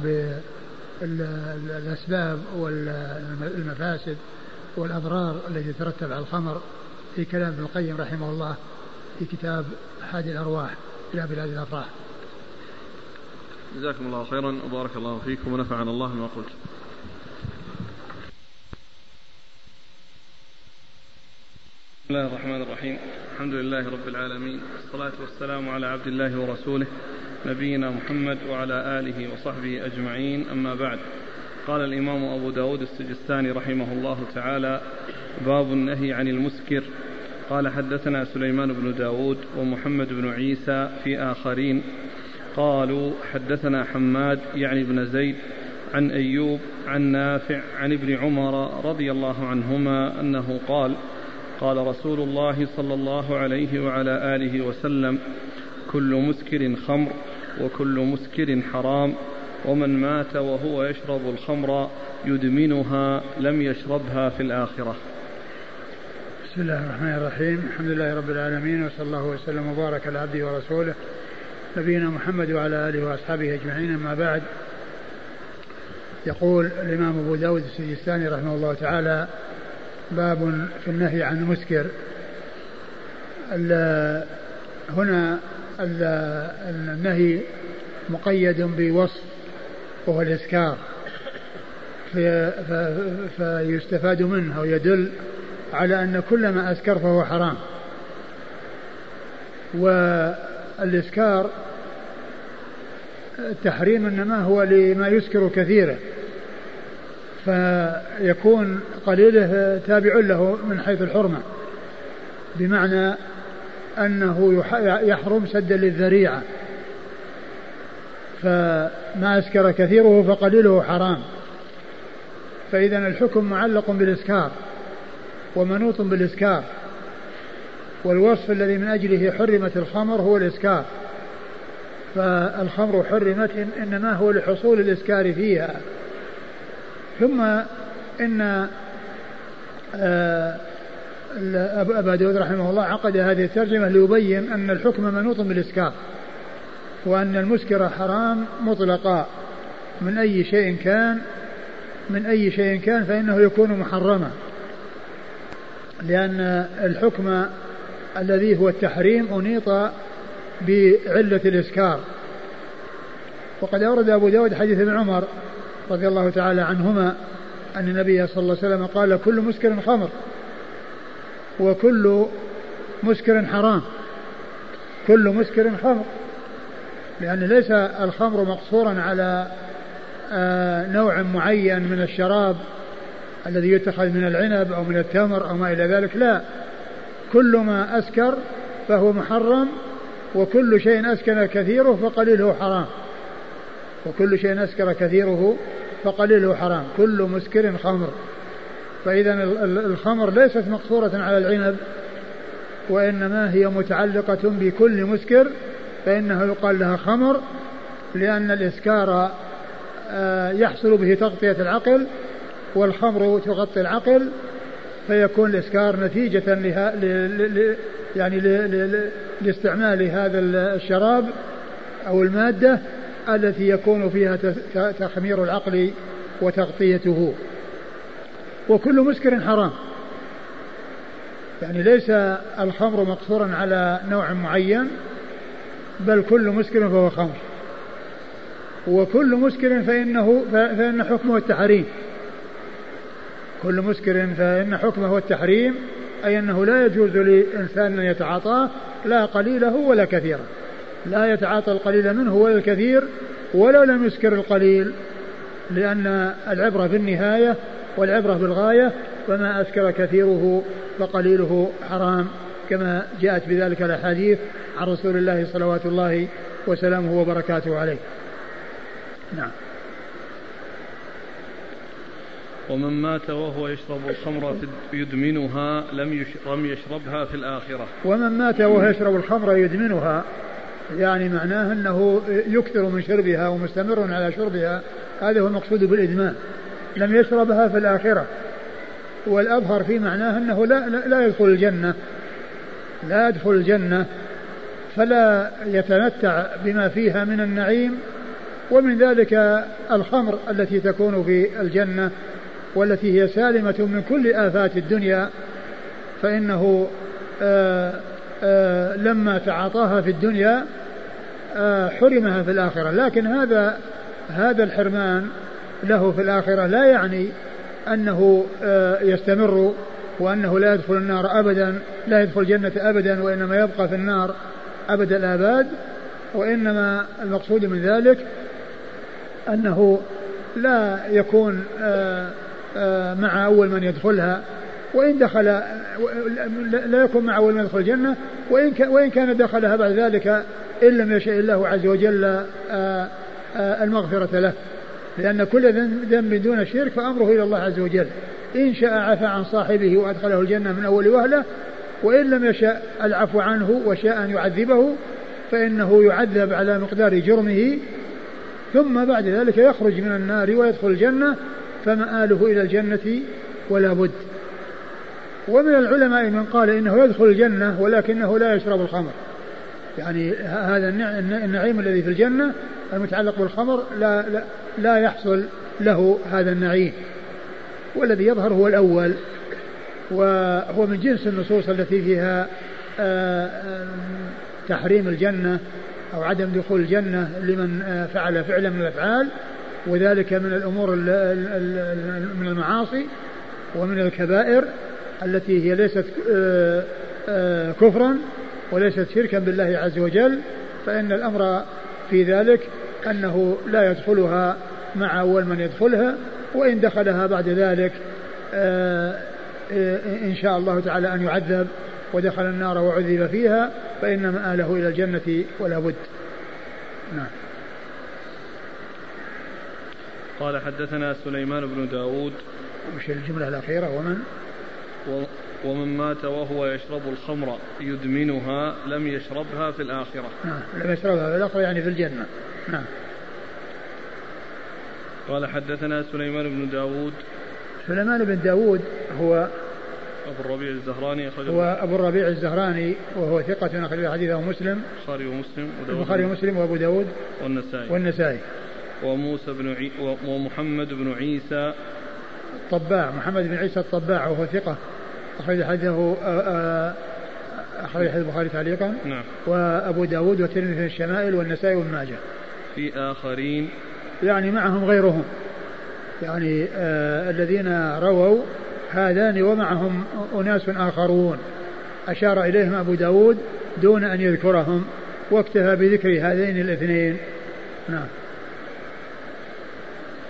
Speaker 2: بالأسباب والمفاسد والأضرار التي ترتب على الخمر في كلام ابن القيم رحمه الله في كتاب هادي الأرواح إلى بلاد الأفراح.
Speaker 1: جزاكم الله خيرا وبارك الله فيكم ونفعنا الله ما قلت. بسم الله الرحمن الرحيم. الحمد لله رب العالمين، والصلاة والسلام على عبد الله ورسوله نبينا محمد وعلى آله وصحبه أجمعين، أما بعد. قال الإمام أبو داود السجستاني رحمه الله تعالى: باب النهي عن المسكر. قال: حدثنا سليمان بن داود ومحمد بن عيسى في آخرين قالوا: حدثنا حماد يعني بن زيد عن أيوب عن نافع عن ابن عمر رضي الله عنهما أنه قال: قال رسول الله صلى الله عليه وعلى آله وسلم: كل مسكر خمر وكل مسكر حرام، ومن مات وهو يشرب الخمر يدمنها لم يشربها في الآخرة.
Speaker 2: بسم الله الرحمن الرحيم. الحمد لله رب العالمين، وصلى الله وسلم وبارك على عبده ورسوله نبينا محمد وعلى آله وأصحابه أجمعين، أما بعد. يقول الإمام أبو داود السجستاني رحمه الله تعالى: باب في النهي عن المسكر. هنا النهي مقيد بوصف وهو الإسكار، في فيستفاد منه ويدل على أن كل ما أسكر فهو حرام. والإسكار التحريم إنما هو لما يسكر كثيرا، فيكون قليله تابع له من حيث الحرمة، بمعنى أنه يحرم سدا للذريعة، فما أسكر كثيره فقليله حرام. فإذا الحكم معلق بالإسكار ومنوط بالإسكار، والوصف الذي من أجله حرمت الخمر هو الإسكار، فالخمر حرمت إنما هو لحصول الإسكار فيها. ثم إن أبا داود رحمه الله عقد هذه الترجمة ليبين أن الحكم منوط بالإسكار، وأن المسكر حرام مطلقا من أي شيء كان من أي شيء كان فإنه يكون محرما، لأن الحكم الذي هو التحريم أنيط بعلة الإسكار. وقد أورد أبو داود حديث ابن عمر رضي الله تعالى عنهما أن النبي صلى الله عليه وسلم قال: كل مسكر خمر وكل مسكر حرام. كل مسكر خمر، لأن ليس الخمر مقصورا على نوع معين من الشراب الذي يتخذ من العنب أو من التمر أو ما إلى ذلك، لا، كل ما أسكر فهو محرم، وكل شيء أسكر كثيره فقليله حرام، وكل شيء أسكر كثيره فقليله حرام، كل مسكر خمر. فإذا الخمر ليست مقصورة على العنب، وإنما هي متعلقة بكل مسكر، فإنه يقال لها خمر، لأن الإسكار يحصل به تغطية العقل، والخمر تغطي العقل، فيكون الإسكار نتيجة لها ل... يعني ل... لاستعمال هذا الشراب أو المادة التي يكون فيها تخمير العقل وتغطيته. وكل مسكر حرام، يعني ليس الخمر مقصورا على نوع معين، بل كل مسكر فهو خمر، وكل مسكر فإنه فإن حكمه التحريم، كل مسكر فإن حكمه التحريم، أي أنه لا يجوز لإنسان أن يتعاطاه، لا قليله ولا كثيره، لا يتعاطى القليل منه ولا الكثير ولو لم يسكر القليل، لأن العبرة بالنهاية والعبرة بالغاية، فما أسكر كثيره فقليله حرام، كما جاءت بذلك الأحاديث عن رسول الله صلوات الله وسلامه وبركاته عليه. نعم.
Speaker 1: ومن مات وهو يشرب الخمر يدمنها لم يشربها في الآخرة.
Speaker 2: ومن مات وهو يشرب الخمر يدمنها، يعني معناه أنه يكثر من شربها ومستمر على شربها، هذا هو المقصود بالإدمان، لم يشربها في الآخرة. والأظهر في معناه أنه لا, لا يدخل الجنة، لا يدخل الجنة، فلا يتمتع بما فيها من النعيم، ومن ذلك الخمر التي تكون في الجنة والتي هي سالمة من كل آفات الدنيا، فإنه آآ آآ لما تعاطاها في الدنيا حرمها في الآخرة، لكن هذا هذا الحرمان له في الآخرة لا يعني أنه يستمر وأنه لا يدخل النار أبدا، لا يدخل الجنة أبدا، وإنما يبقى في النار أبد الآباد. وإنما المقصود من ذلك أنه لا يكون مع أول من يدخلها، وإن دخل لا يكون مع أول من يدخل الجنة، وإن كان دخلها بعد ذلك إن لم يشاء الله عز وجل المغفرة له، لأن كل ذنب دون الشرك فأمره إلى الله عز وجل، إن شاء عفى عن صاحبه وأدخله الجنة من أول وهلة، وإن لم يشاء العفو عنه وشاء أن يعذبه فإنه يعذب على مقدار جرمه، ثم بعد ذلك يخرج من النار ويدخل الجنة، فمآله إلى الجنة ولا بد. ومن العلماء من قال إنه يدخل الجنة ولكنه لا يشرب الخمر، يعني هذا النعيم الذي في الجنة المتعلق بالخمر لا, لا, لا يحصل له هذا النعيم، والذي يظهر هو الأول، وهو من جنس النصوص التي فيها تحريم الجنة أو عدم دخول الجنة لمن فعل فعلا من الأفعال، وذلك من الأمور من المعاصي ومن الكبائر التي هي ليست كفرا وليست شركا بالله عز وجل، فإن الأمر في ذلك أنه لا يدخلها مع أول من يدخلها، وإن دخلها بعد ذلك إن شاء الله تعالى أن يعذب ودخل النار وعذب فيها، فإن مآله إلى الجنة ولا بد. نعم.
Speaker 1: قال حدثنا سليمان بن داود.
Speaker 2: مش الجملة الأخيرة ومن
Speaker 1: و ومن مات وهو يشرب الخمر يدمنها لم يشربها في الآخرة.
Speaker 2: نعم، لم يشربها في الآخرة يعني في الجنة. نعم.
Speaker 1: قال حدثنا سليمان بن داود.
Speaker 2: سليمان بن داود هو
Speaker 1: أبو الربيع الزهراني،
Speaker 2: هو أبو الربيع الزهراني، وهو ثقة أخرج حديثه مسلم،
Speaker 1: البخاري ومسلم
Speaker 2: البخاري ومسلم وأبو داود
Speaker 1: والنسائي
Speaker 2: والنسائي
Speaker 1: وموسى بن عي... ومحمد بن عيسى
Speaker 2: الطباع، محمد بن عيسى الطباع، وهو ثقة أخرج حديثه أخرج حديث البخاري تعليقا.
Speaker 1: نعم.
Speaker 2: وأبو داود والترمذي في الشمائل والنسائي وابن ماجه.
Speaker 1: في آخرين
Speaker 2: يعني معهم غيرهم، يعني آه الذين رووا هذان ومعهم أناس آخرون أشار إليهم أبو داود دون أن يذكرهم، واكتفى بذكر هذين الاثنين. نعم.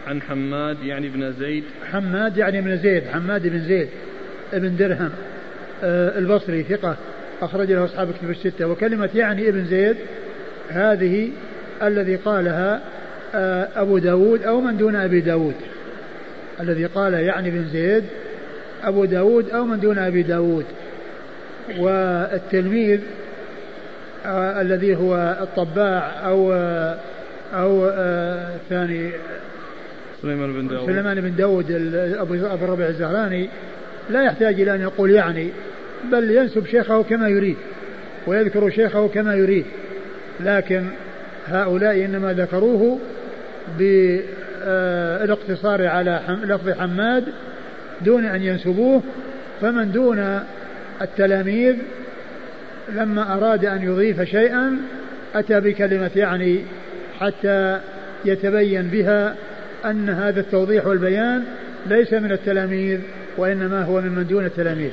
Speaker 1: عن حماد يعني بن زيد.
Speaker 2: حماد يعني بن زيد، حماد بن زيد ابن درهم آه البصري ثقة أخرج له أصحاب كتب الستة. وكلمة يعني ابن زيد هذه الذي قالها آه أبو داود أو من دون أبي داود، الذي قال يعني بن زيد أبو داود أو من دون أبي داود. والتلميذ آه الذي هو الطباع أو آه أو آه ثاني
Speaker 1: سليمان بن داود
Speaker 2: سليمان بن داود أبو الربيع الزهراني لا يحتاج إلى أن يقول يعني، بل ينسب شيخه كما يريد ويذكر شيخه كما يريد، لكن هؤلاء إنما ذكروه بالاقتصار على لفظ حماد دون أن ينسبوه. فمن دون التلاميذ لما أراد أن يضيف شيئا أتى بكلمة يعني حتى يتبين بها أن هذا التوضيح والبيان ليس من التلاميذ وإنما هو ممن دون التلاميذ.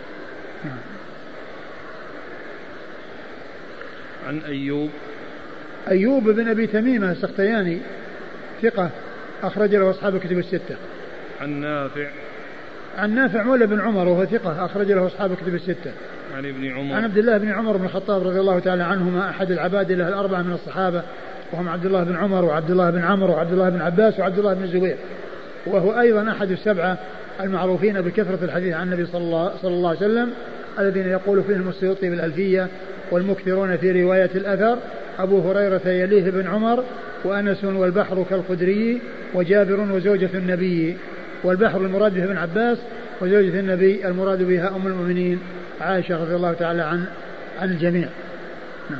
Speaker 1: عن أيوب
Speaker 2: أيوب بن أبي تميمة السختياني ثقة أخرج له أصحاب كتب الستة.
Speaker 1: عن نافع
Speaker 2: عن نافع مولى بن عمر وهو ثقة أخرج له أصحاب كتب الستة.
Speaker 1: عن ابن عمر
Speaker 2: عن عبد الله بن عمر بن الخطاب رضي الله تعالى عنهما أحد العباد له الأربعة من الصحابة، وهم عبد الله بن عمر وعبد الله بن عمرو وعبد الله بن عباس وعبد الله بن الزبير، وهو أيضا أحد السبعة المعروفين بكثرة الحديث عن النبي صلى الله, صلى الله عليه وسلم الذين يقول فيهم السيوطي بالألفية والمكثرون في رواية الأثر. أبو هريرة يليه بن عمر وأنس والبحر كالقدري وجابر وزوجة النبي، والبحر المراد به ابن عباس وزوجة النبي المراد بها أم المؤمنين عائشة رضي الله تعالى عن عن الجميع. نعم.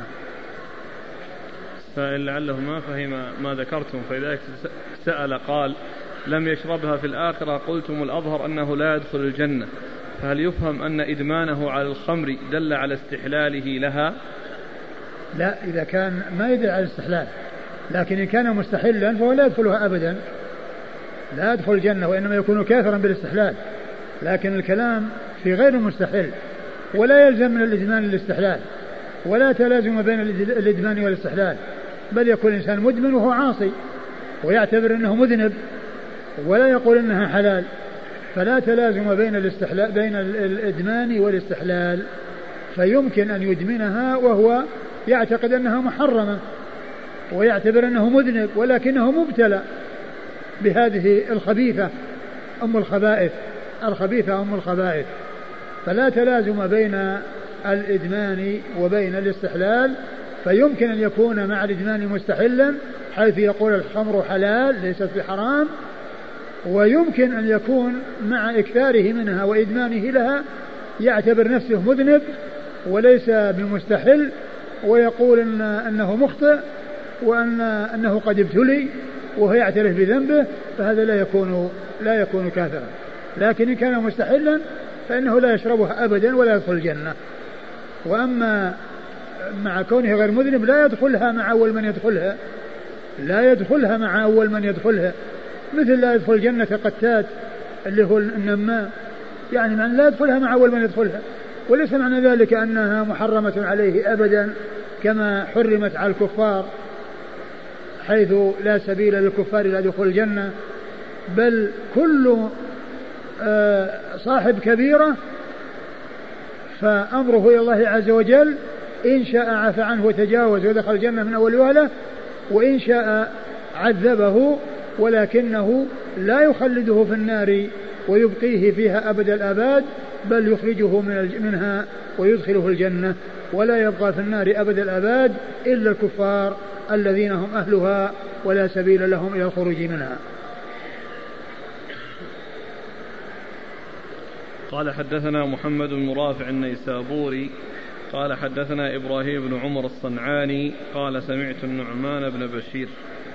Speaker 1: سائل لعله ما فهم ما ذكرتم فلذلك سأل قال لم يشربها في الآخرة، قلتم الأظهر أنه لا يدخل الجنة، فهل يفهم أن إدمانه على الخمر دل على استحلاله لها؟
Speaker 2: لا، إذا كان ما يدل على الاستحلال، لكن إن كان مستحلا فهو لا يدخلها أبدا، لا يدخل الجنة وإنما يكون كافرا بالاستحلال. لكن الكلام في غير المستحل، ولا يلزم من الإدمان الاستحلال، ولا تلازم بين الإدمان والاستحلال، بل يكون الإنسان مدمن وهو عاصي ويعتبر أنه مذنب ولا يقول أنها حلال، فلا تلازم بين الاستحلال بين الإدمان والاستحلال، فيمكن أن يدمنها وهو يعتقد أنها محرمة ويعتبر أنه مذنب ولكنه مبتلى بهذه الخبيثة أم الخبائث الخبيثة أم الخبائث. فلا تلازم بين الإدمان وبين الاستحلال، فيمكن أن يكون مع الإدمان مستحلا حيث يقول الخمر حلال ليست بحرام، ويمكن أن يكون مع إكثاره منها وإدمانه لها يعتبر نفسه مذنب وليس بمستحل ويقول إن أنه مخطئ وأن أنه قد ابتلي وهو يعترف بذنبه، فهذا لا يكون لا يكون كافرا. لكن إن كان مستحلا فإنه لا يشربها أبدا ولا يدخل الجنة. وأما مع كونه غير مذنب لا يدخلها مع أول من يدخلها لا يدخلها مع أول من يدخلها مثل لا يدخل الجنة قتات اللي هو النمام، يعني معنى لا يدخلها مع أول من يدخلها، وليس معنى ذلك أنها محرمة عليه أبدا كما حرمت على الكفار حيث لا سبيل للكفار إلى دخول الجنة، بل كل صاحب كبيرة فأمره إلى الله عز وجل، إن شاء عفى عنه وتجاوز ودخل الجنة من أول وهلة، وإن شاء عذبه ولكنه لا يخلده في النار ويبقيه فيها أبد الآباد، بل يخرجه منها ويدخله الجنة، ولا يبقى في النار أبد الآباد إلا الكفار الذين هم أهلها ولا سبيل لهم إلى الخروج منها.
Speaker 1: قال حدثنا محمد بن رافع النيسابوري قال حدثنا إبراهيم بن عمر الصنعاني قال سمعت النعمان بن بشير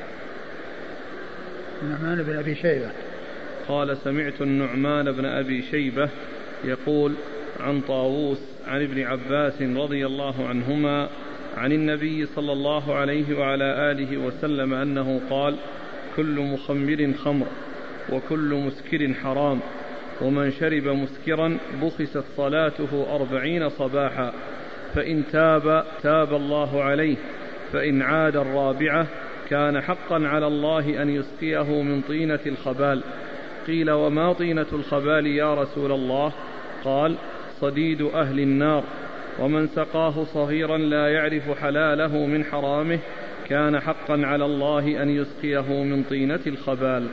Speaker 2: النعمان بن أبي شيبة
Speaker 1: قال سمعت النعمان بن أبي شيبة يقول عن طاووس عن ابن عباس رضي الله عنهما عن النبي صلى الله عليه وعلى آله وسلم أنه قال كل مخمر خمر وكل مسكر حرام، ومن شرب مسكرا بخست صلاته أربعين صباحا، فإن تاب تاب الله عليه، فإن عاد الرابعة كان حقا على الله أن يسقيه من طينة الخبال. قيل وما طينة الخبال يا رسول الله؟ قال صديد أهل النار. ومن سقاه صغيرا لا يعرف حلاله من حرامه كان حقا على الله أن يسقيه من طينة الخبال.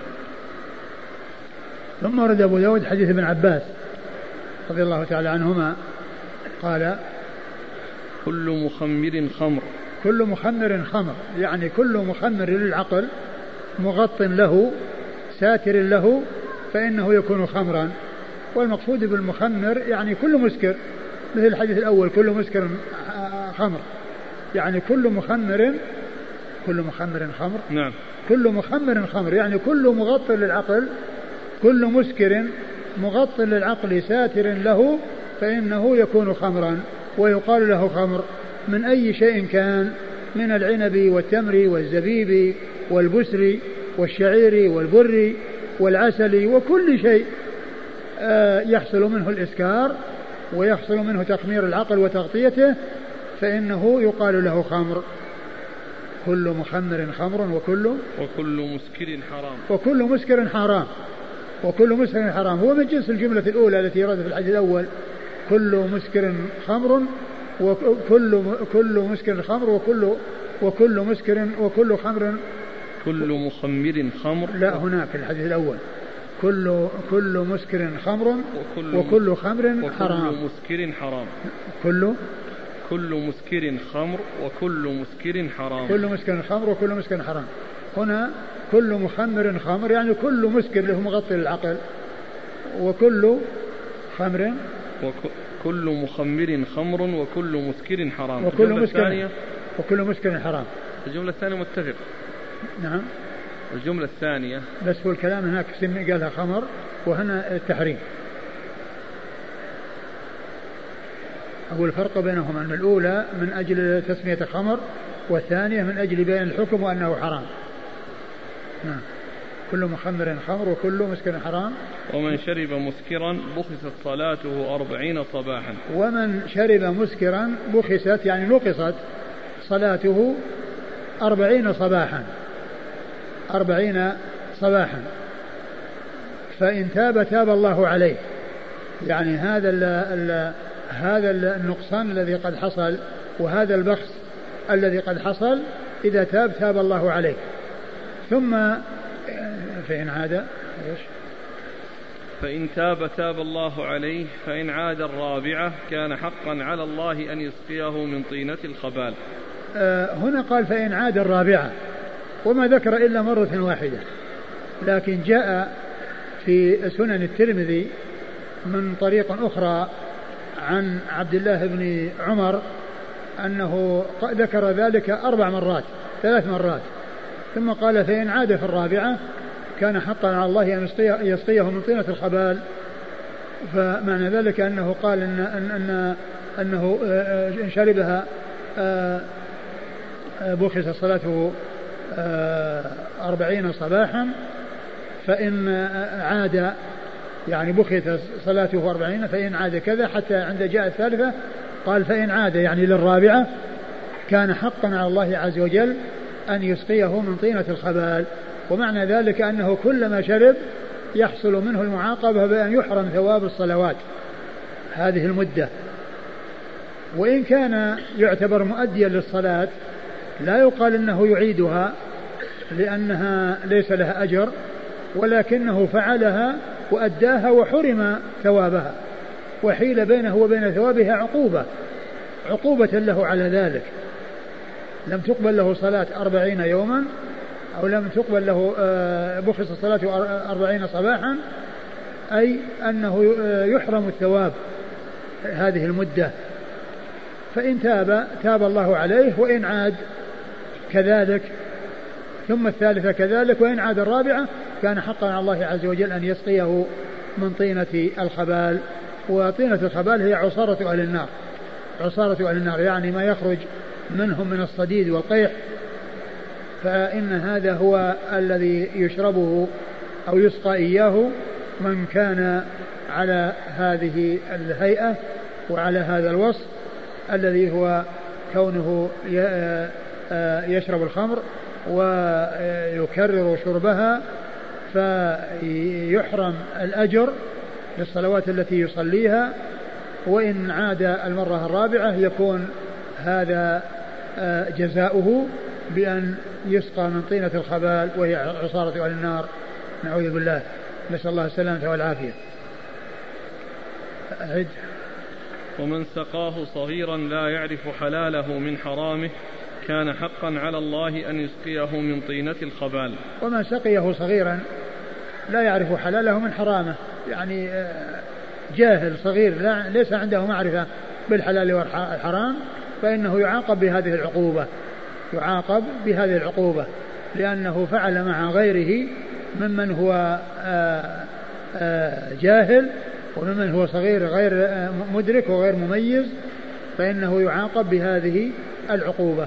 Speaker 2: ثم ورد أبو داود حديث ابن عباس رضي الله تعالى عنهما قال
Speaker 1: كل مخمر خمر.
Speaker 2: كل مخمر خمر يعني كل مخمر للعقل مغط له ساتر له فإنه يكون خمرا. والمقصود بالمخمر يعني كل مسكر، مثل الحديث الأول كل مسكر خمر، يعني كل مخمر كل مخمر خمر.
Speaker 1: نعم.
Speaker 2: كل مخمر خمر يعني كل مغط للعقل، كل مسكر مغط للعقل ساتر له فإنه يكون خمرا، ويقال له خمر من أي شيء كان، من العنب والتمر والزبيب والبسر والشعير والبر والعسل وكل شيء يحصل منه الإسكار ويحصل منه تخمير العقل وتغطيته فإنه يقال له خمر. كل مخمر خمر وكل
Speaker 1: وكل مسكر حرام
Speaker 2: وكل مسكر حرام وكل مسكر حرام. هو من جنس الجملة الأولى التي وردت في الحديث الأول كل مسكر خمر وكل كل مسكر خمر وكل وكل مسكر وكل خمر
Speaker 1: كل مخمر خمر.
Speaker 2: لا هناك في الحديث الأول كل كل مسكر خمر
Speaker 1: وكل,
Speaker 2: وكل خمر حرام.
Speaker 1: وكل مسكر حرام.
Speaker 2: كل
Speaker 1: كل مسكر خمر وكل مسكر حرام.
Speaker 2: كل مسكر خمر وكل مسكر حرام. هنا كل مخمر خمر يعني كل مسكر له مغطي للعقل، وكل خمر
Speaker 1: وكل مخمر خمر وكل مسكر حرام.
Speaker 2: وكل مسكر وكل مسكر حرام.
Speaker 1: الجملة الثانية متفق.
Speaker 2: نعم.
Speaker 1: الجملة الثانية
Speaker 2: بس هو الكلام هناك قالها خمر وهنا التحريم. أقول الفرق بينهما أن الأولى من أجل تسمية خمر والثانية من أجل بيان الحكم وأنه حرام. نعم. كل مخمر خمر وكل مسكر حرام.
Speaker 1: ومن شرب مسكرا بخست صلاته أربعين صباحا.
Speaker 2: ومن شرب مسكرا بخست يعني نقصت صلاته أربعين صباحا أربعين صباحا فإن تاب تاب الله عليه. يعني هذا ال ال هذا النقصان الذي قد حصل وهذا البخس الذي قد حصل إذا تاب تاب الله عليه. ثم فإن عاد
Speaker 1: فإن تاب تاب الله عليه فإن عاد الرابعة كان حقا على الله أن يسقيه من طينة الخبال.
Speaker 2: آه هنا قال فإن عاد الرابعة وما ذكر إلا مرة واحدة، لكن جاء في سنن الترمذي من طريق أخرى عن عبد الله بن عمر أنه ذكر ذلك أربع مرات ثلاث مرات ثم قال فإن عاد في الرابعة كان حقا على الله أن يسقيه من طينة الخبال. فمعنى ذلك أنه قال إن أن أن أنه إن شربها بخس صلاته أربعين صباحا، فإن عاد يعني بخت صلاته أربعين فإن عاد كذا، حتى عند جاء الثالثة قال فإن عاد يعني للرابعة كان حقا على الله عز وجل أن يسقيه من طينة الخبال. ومعنى ذلك أنه كلما شرب يحصل منه المعاقبة بأن يحرم ثواب الصلوات هذه المدة. وإن كان يعتبر مؤديا للصلاة لا يقال إنه يعيدها لأنها ليس لها أجر، ولكنه فعلها وأداها وحرم ثوابها، وحيل بينه وبين ثوابها عقوبة عقوبة له على ذلك. لم تقبل له صلاة أربعين يوما أو لم تقبل له بخص صلاته أربعين صباحا، أي أنه يحرم الثواب هذه المدة. فإن تاب تاب الله عليه، وإن عاد كذلك، ثم الثالثة كذلك، وإن عاد الرابعة كان حقا على الله عز وجل أن يسقيه من طينة الخبال. وطينة الخبال هي عصارة أهل النار، عصارة أهل النار يعني ما يخرج منهم من الصديد والقيح، فإن هذا هو الذي يشربه أو يسقى إياه من كان على هذه الهيئة وعلى هذا الوصف الذي هو كونه يشرب الخمر ويكرر شربها فيحرم الأجر للصلوات التي يصليها، وإن عاد المرة الرابعة يكون هذا جزاؤه بأن يسقى من طينة الخبال وهي عصارة أهل النار، نعوذ بالله، نسأل الله السلامة والعافية. أعد.
Speaker 1: ومن سقاه صغيرا لا يعرف حلاله من حرامه كان حقا على الله أن يسقيه من طينة الخبال.
Speaker 2: ومن سقيه صغيرا لا يعرف حلاله من حرامه، يعني جاهل صغير لا ليس عنده معرفة بالحلال والحرام، فإنه يعاقب بهذه العقوبة، يعاقب بهذه العقوبة لأنه فعل مع غيره ممن هو جاهل وممن هو صغير غير مدرك وغير مميز، فإنه يعاقب بهذه العقوبة.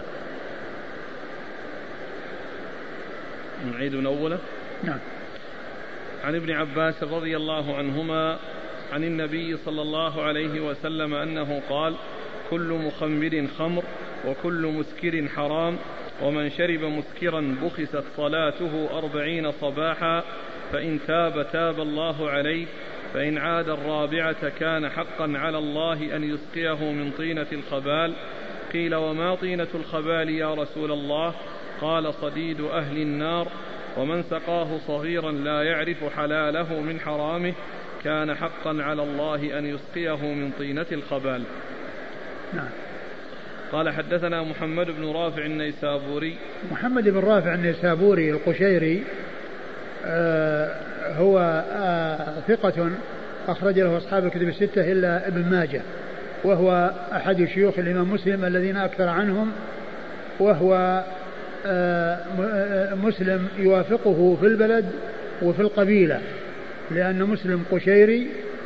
Speaker 1: نعيد من أوله.
Speaker 2: نعم.
Speaker 1: عن ابن عباس رضي الله عنهما عن النبي صلى الله عليه وسلم أنه قال: كل مخمر خمر وكل مسكر حرام، ومن شرب مسكرا بخست صلاته أربعين صباحا، فإن تاب تاب الله عليه، فإن عاد الرابعة كان حقا على الله أن يسقيه من طينة الخبال. قيل: وما طينة الخبال يا رسول الله؟ قال: صديد أهل النار. ومن سقاه صغيرا لا يعرف حلاله من حرامه كان حقا على الله أن يسقيه من طينة الخبال.
Speaker 2: نعم.
Speaker 1: قال: حدثنا محمد بن رافع النيسابوري.
Speaker 2: محمد بن رافع النيسابوري القشيري آه هو آه ثقة أخرج له أصحاب الكتب الستة إلا ابن ماجه، وهو أحد شيوخ الإمام مسلم الذين أكثر عنهم، وهو آه مسلم يوافقه في البلد وفي القبيلة، لأن مسلم قشيري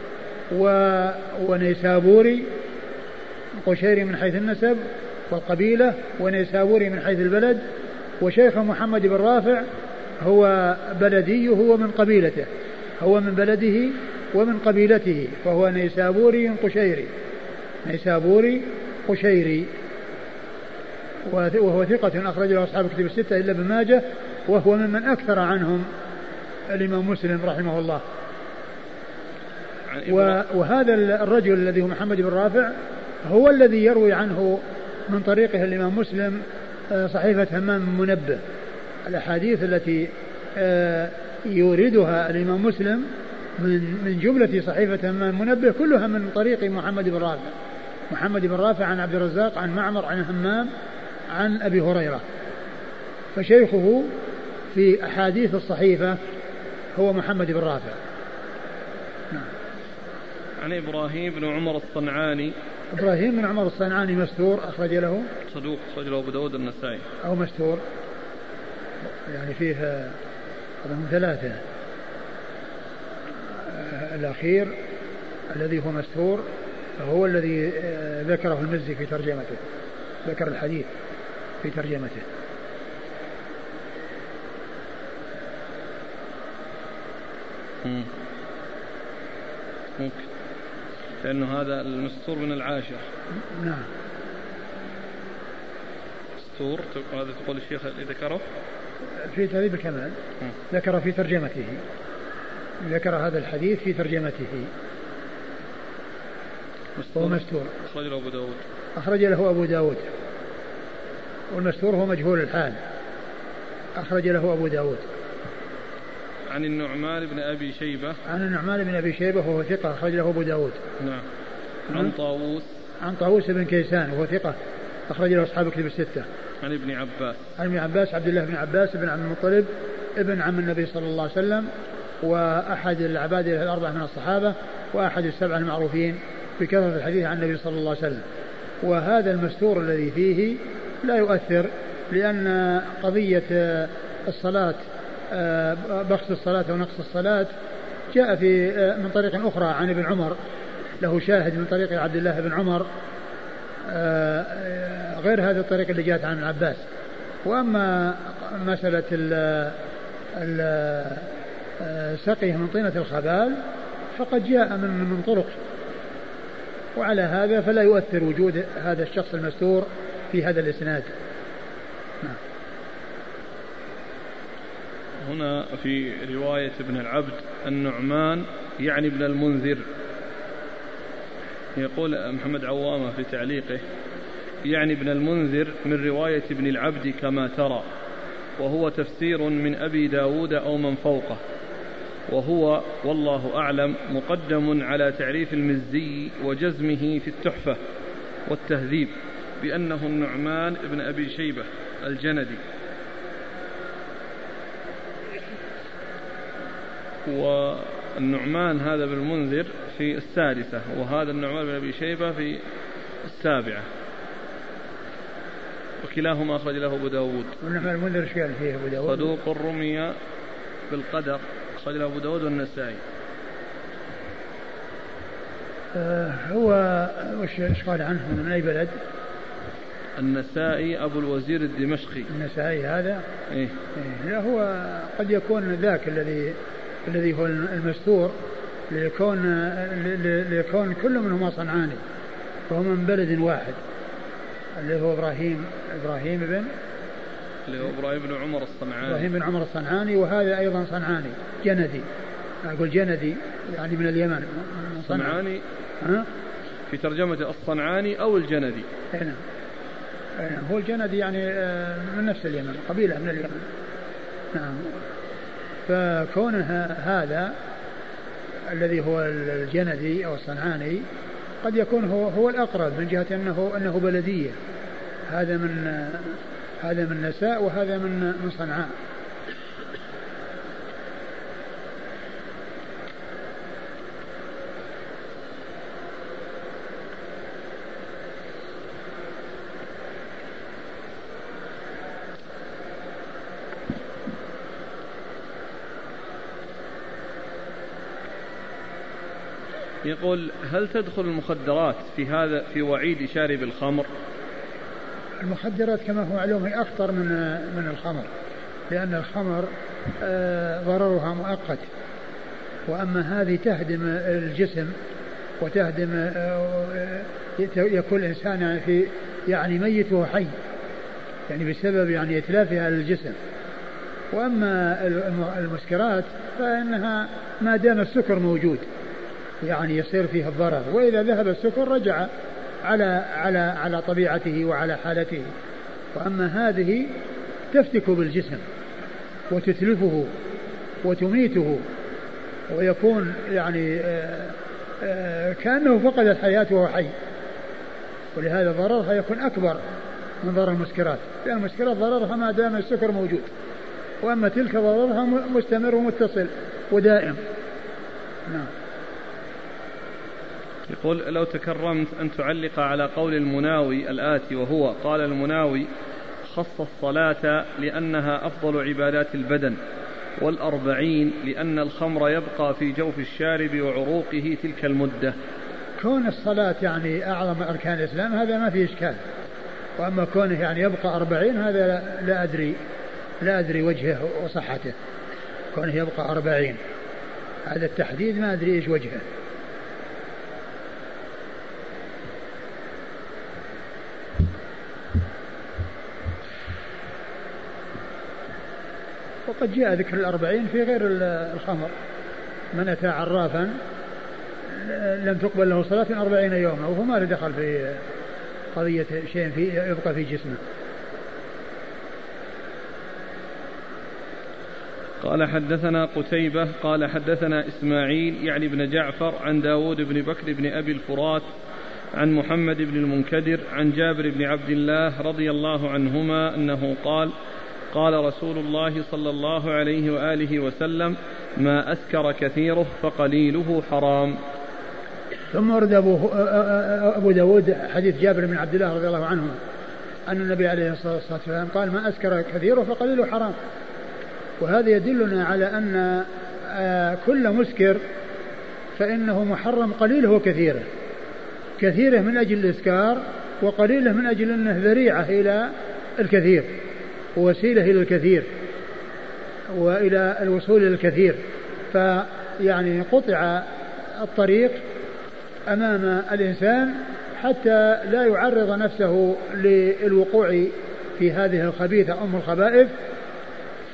Speaker 2: ونيسابوري، قشيري من حيث النسب والقبيلة، ونيسابوري من حيث البلد. وشيخ محمد بن رافع هو بلديه ومن قبيلته، هو من بلده ومن قبيلته، فهو نيسابوري قشيري، نيسابوري قشيري، وهو ثقة أخرج له أصحاب الكتب الستة إلا ابن ماجه، وهو ممن أكثر عنهم الإمام مسلم رحمه الله. وهذا الرجل الذي هو محمد بن رافع هو الذي يروي عنه من طريقه الإمام مسلم صحيفة همام منبه. الأحاديث التي يوردها الإمام مسلم من من جملة صحيفة همام منبه كلها من طريق محمد بن رافع، محمد بن رافع عن عبد الرزاق عن معمر عن همام عن أبي هريرة، فشيخه في أحاديث الصحيفة هو محمد بن رافع. نعم.
Speaker 1: عن إبراهيم بن عمر الصنعاني.
Speaker 2: إبراهيم بن عمر الصنعاني مستور أخرج له
Speaker 1: صدوق أخرج له أبو داود النسائي.
Speaker 2: أو مستور يعني فيه هذا من ثلاثة، الأخير الذي هو مستور هو الذي ذكره المزي في ترجمته، ذكر الحديث في ترجمته.
Speaker 1: ممكن لأنه هذا المستور من العاشر.
Speaker 2: نعم.
Speaker 1: مستور هذا تقول الشيخ اللي ذكره
Speaker 2: في تهذيب الكمال، ذكر في ترجمته، ذكر هذا الحديث في ترجمته. هو مستور
Speaker 1: أخرج له أبو داود،
Speaker 2: أخرج له أبو داود، والمستور هو مجهول الحال، أخرج له أبو داود.
Speaker 1: عن النعمان بن أبي شيبة.
Speaker 2: عن النعمان بن أبي شيبة وهو ثقة أخرج له أبو داود.
Speaker 1: نعم. عن طاووس.
Speaker 2: عن طاووس بن كيسان وهو ثقة أخرج له أصحاب الكتب الستة.
Speaker 1: عن ابن عباس.
Speaker 2: عن ابن عباس عبد الله بن عباس بن عبد المطلب ابن عم النبي صلى الله عليه وسلم، وأحد العباد الأربعة من الصحابة، وأحد السبعة المعروفين بكثرة الحديث عن النبي صلى الله عليه وسلم. وهذا المستور الذي فيه لا يؤثر، لأن قضية الصلاة بخس الصلاة ونقص الصلاة جاء في من طريق أخرى عن ابن عمر، له شاهد من طريق عبد الله بن عمر غير هذا الطريق اللي جاءت عن العباس. وأما مسألة سقيه من طينة الخبال فقد جاء من من طرق، وعلى هذا فلا يؤثر وجود هذا الشخص المستور في هذا الإسناد.
Speaker 1: هنا في رواية ابن العبد النعمان يعني ابن المنذر، يقول محمد عوامة في تعليقه يعني ابن المنذر من رواية ابن العبد كما ترى، وهو تفسير من أبي داود أو من فوقه، وهو والله أعلم مقدم على تعريف المزي وجزمه في التحفة والتهذيب بأنه النعمان ابن أبي شيبة الجندي. والنعمان هذا بالمنذر في السادسة، وهذا النعمان بن أبي شيبة في السابعة، وكلاهما أخرج له أبو داود.
Speaker 2: والنعمان المنذر ايش قال فيه أبو داود؟
Speaker 1: صدوق رمي بالقدر، أخرج له أبو داود والنسائي.
Speaker 2: آه هو وش قال عنه من أي بلد؟
Speaker 1: النسائي أبو الوزير الدمشقي.
Speaker 2: النسائي هذا؟
Speaker 1: إيه؟
Speaker 2: إيه لا هو قد يكون ذاك الذي الذي هو المستور ليكون ليكون كل منهما صنعاني، فهو من بلد واحد اللي هو إبراهيم إبراهيم بن
Speaker 1: اللي هو إبراهيم بن عمر الصنعاني
Speaker 2: إبراهيم بن عمر الصنعاني، وهذا أيضا صنعاني جندي، أقول جندي يعني من اليمن.
Speaker 1: صنعاني
Speaker 2: ها؟
Speaker 1: في ترجمة الصنعاني أو الجندي.
Speaker 2: هنا هو الجندي يعني من نفس اليمن، قبيلة من اليمن. نعم. فكونه هذا الذي هو الجندي أو الصنعاني قد يكون هو هو الأقرب من جهة أنه أنه بلدية، هذا من هذا من نساء وهذا من من صنعاء.
Speaker 1: يقول هل تدخل المخدرات في هذا في وعيد شارب الخمر؟
Speaker 2: المخدرات كما هو معلوم هي أخطر من من الخمر، لأن الخمر آه ضررها مؤقت، وأما هذه تهدم الجسم وتهدم آه يكون الإنسان يعني في يعني ميت وهو حي، يعني بسبب يعني إتلافها على الجسم. وأما المسكرات فإنها ما دام السكر موجود يعني يصير فيه الضرر، وإذا ذهب السكر رجع على على على طبيعته وعلى حالته. وأما هذه تفتك بالجسم وتتلفه وتميته، ويكون يعني آآ آآ كأنه فقد الحياة وهو حي، ولهذا ضررها يكون أكبر من ضرر المسكرات، لأن المسكرات ضررها ما دام السكر موجود، وأما تلك ضررها مستمر ومتصل ودائم. نعم.
Speaker 1: يقول لو تكرمت أن تعلق على قول المناوي الآتي، وهو قال المناوي خص الصلاة لأنها أفضل عبادات البدن، والأربعين لأن الخمر يبقى في جوف الشارب وعروقه تلك المدة.
Speaker 2: كون الصلاة يعني أعظم أركان الإسلام هذا ما فيه إشكال، وأما كونه يعني يبقى أربعين هذا لا أدري لا أدري وجهه وصحته. كونه يبقى أربعين هذا التحديد ما أدري إيش وجهه. وقد جاء ذكر الأربعين في غير الخمر، من أتى عرافا لم تقبل له صلاة أربعين يوما، وهو ما له دخل في قضية شيء في يبقى في جسمه.
Speaker 1: قال حدثنا قتيبة قال حدثنا إسماعيل يعني بن جعفر عن داود بن بكر بن أبي الفرات عن محمد بن المنكدر عن جابر بن عبد الله رضي الله عنهما أنه قال قال رسول الله صلى الله عليه وآله وسلم ما أسكر كثيره فقليله حرام.
Speaker 2: ثم ورد أبو, أبو داود حديث جابر بن عبد الله رضي الله عنه أن النبي عليه الصلاة والسلام قال ما أسكر كثيره فقليله حرام. وهذا يدلنا على أن كل مسكر فإنه محرم قليله وكثيره، كثيره من أجل الإسكار وقليله من أجل أنه ذريعة إلى الكثير ووسيلة إلى الكثير وإلى الوصول إلى الكثير، فيعني قطع الطريق أمام الإنسان حتى لا يعرض نفسه للوقوع في هذه الخبيثة أم الخبائث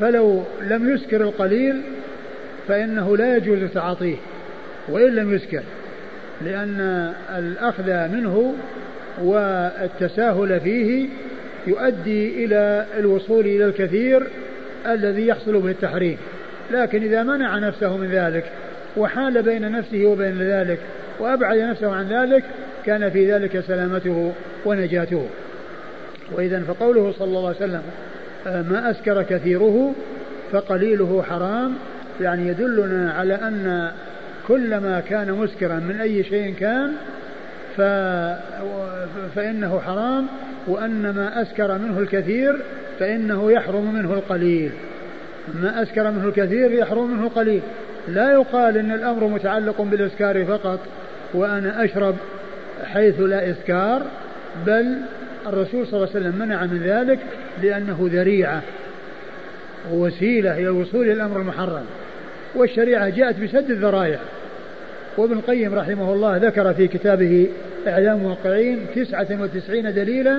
Speaker 2: فلو لم يسكر القليل فإنه لا يجوز تعاطيه وإن لم يسكر، لأن الأخذ منه والتساهل فيه يؤدي إلى الوصول إلى الكثير الذي يحصل به التحريم. لكن إذا منع نفسه من ذلك وحال بين نفسه وبين ذلك وأبعد نفسه عن ذلك كان في ذلك سلامته ونجاته. وإذن فقوله صلى الله عليه وسلم ما أسكر كثيره فقليله حرام، يعني يدلنا على أن كلما كان مسكرا من أي شيء كان ف... فإنه حرام، وأن ما أسكر منه الكثير فإنه يحرم منه القليل. ما أسكر منه الكثير يحرم منه القليل. لا يقال إن الأمر متعلق بالإسكار فقط وأنا أشرب حيث لا إسكار، بل الرسول صلى الله عليه وسلم منع من ذلك لأنه ذريعة ووسيلة إلى الوصول إلى الأمر المحرم، والشريعة جاءت بسد الذرائع. وابن القيم رحمه الله ذكر في كتابه إعلام الموقعين تسعة وتسعين دليلا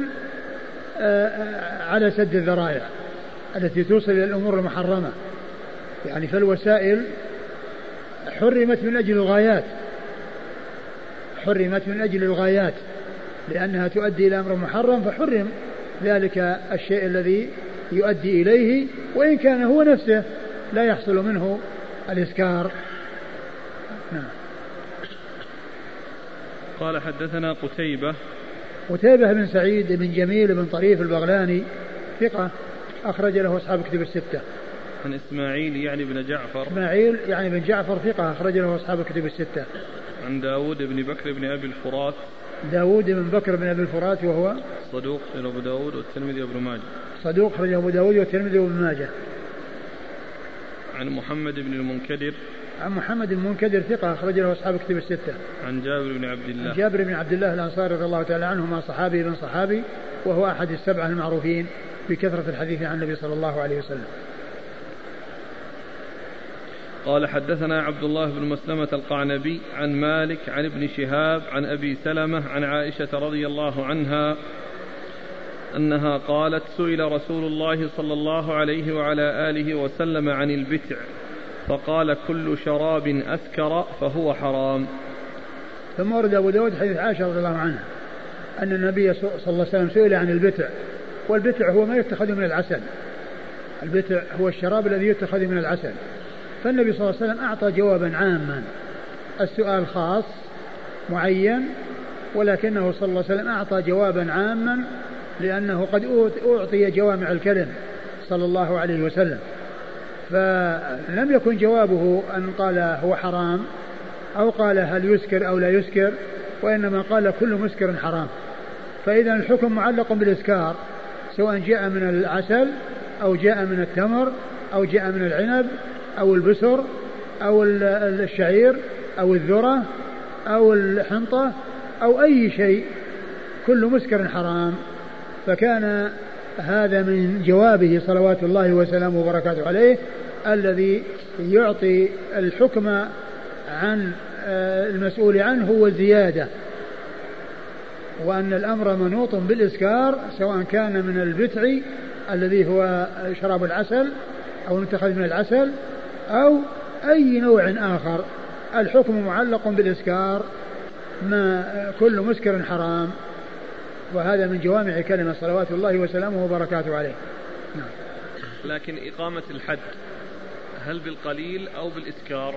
Speaker 2: على سد الذرائع التي توصل إلى الأمور المحرمة. يعني فالوسائل حرمت من أجل الغايات، حرمت من أجل الغايات لأنها تؤدي إلى أمر محرم، فحرم ذلك الشيء الذي يؤدي إليه وإن كان هو نفسه لا يحصل منه الإسكار. نعم.
Speaker 1: قال حدثنا قتيبة
Speaker 2: قتيبة بن سعيد بن جميل بن طريف البغلاني ثقة أخرج له أصحاب كتب الستة.
Speaker 1: عن إسماعيل يعني بن جعفر
Speaker 2: إسماعيل يعني بن جعفر ثقة أخرج له أصحاب الكتب الستة.
Speaker 1: عن داود بن بكر بن أبي الفرات
Speaker 2: داود بن بكر بن أبي الفرات وهو
Speaker 1: صدوق أخرجه أبو داود والترمذي وابن ماجه
Speaker 2: صدوق أخرجه أبو داود والترمذي وابن ماجه.
Speaker 1: عن محمد بن المنكدر
Speaker 2: عن محمد بن المنكدر ثقة أخرج له أصحاب الكتب الستة.
Speaker 1: عن جابر بن عبد الله
Speaker 2: جابر بن عبد الله الأنصاري رضي الله تعالى عنهما صحابي بن صحابي، وهو أحد السبعة المعروفين بكثرة الحديث عن النبي صلى الله عليه وسلم.
Speaker 1: قال حدثنا عبد الله بن مسلمة القعنبي عن مالك عن ابن شهاب عن أبي سلمة عن عائشة رضي الله عنها أنها قالت سئل رسول الله صلى الله عليه وعلى آله وسلم عن البتع فقال كل شراب أسكر فهو حرام.
Speaker 2: ثم ورد أبو داود حديث عائشة رضي الله عنها أن النبي صلى الله عليه وسلم سئل عن البتع، والبتع هو ما يتخذ من العسل، البتع هو الشراب الذي يتخذ من العسل. فالنبي صلى الله عليه وسلم أعطى جوابا عاما، السؤال خاص معين، ولكنه صلى الله عليه وسلم أعطى جوابا عاما لأنه قد أعطي جوامع الكلم صلى الله عليه وسلم. فلم يكن جوابه أن قال هو حرام أو قال هل يسكر أو لا يسكر، وإنما قال كل مسكر حرام. فإذا الحكم معلق بالإسكار سواء جاء من العسل أو جاء من التمر أو جاء من العنب أو البسر أو الشعير أو الذرة أو الحنطة أو أي شيء، كل مسكر حرام. فكان هذا من جوابه صلوات الله وسلامه وبركاته عليه الذي يعطي الحكم عن المسؤول عنه والزيادة، وأن الأمر منوط بالإسكار سواء كان من البتع الذي هو شراب العسل أو المتخذ من العسل أو أي نوع آخر، الحكم معلق بالإسكار، ما كل مسكر حرام. وهذا من جوامع كلمة صلوات الله وسلامه وبركاته عليه. نعم.
Speaker 1: لكن إقامة الحد هل بالقليل أو بالإسكار؟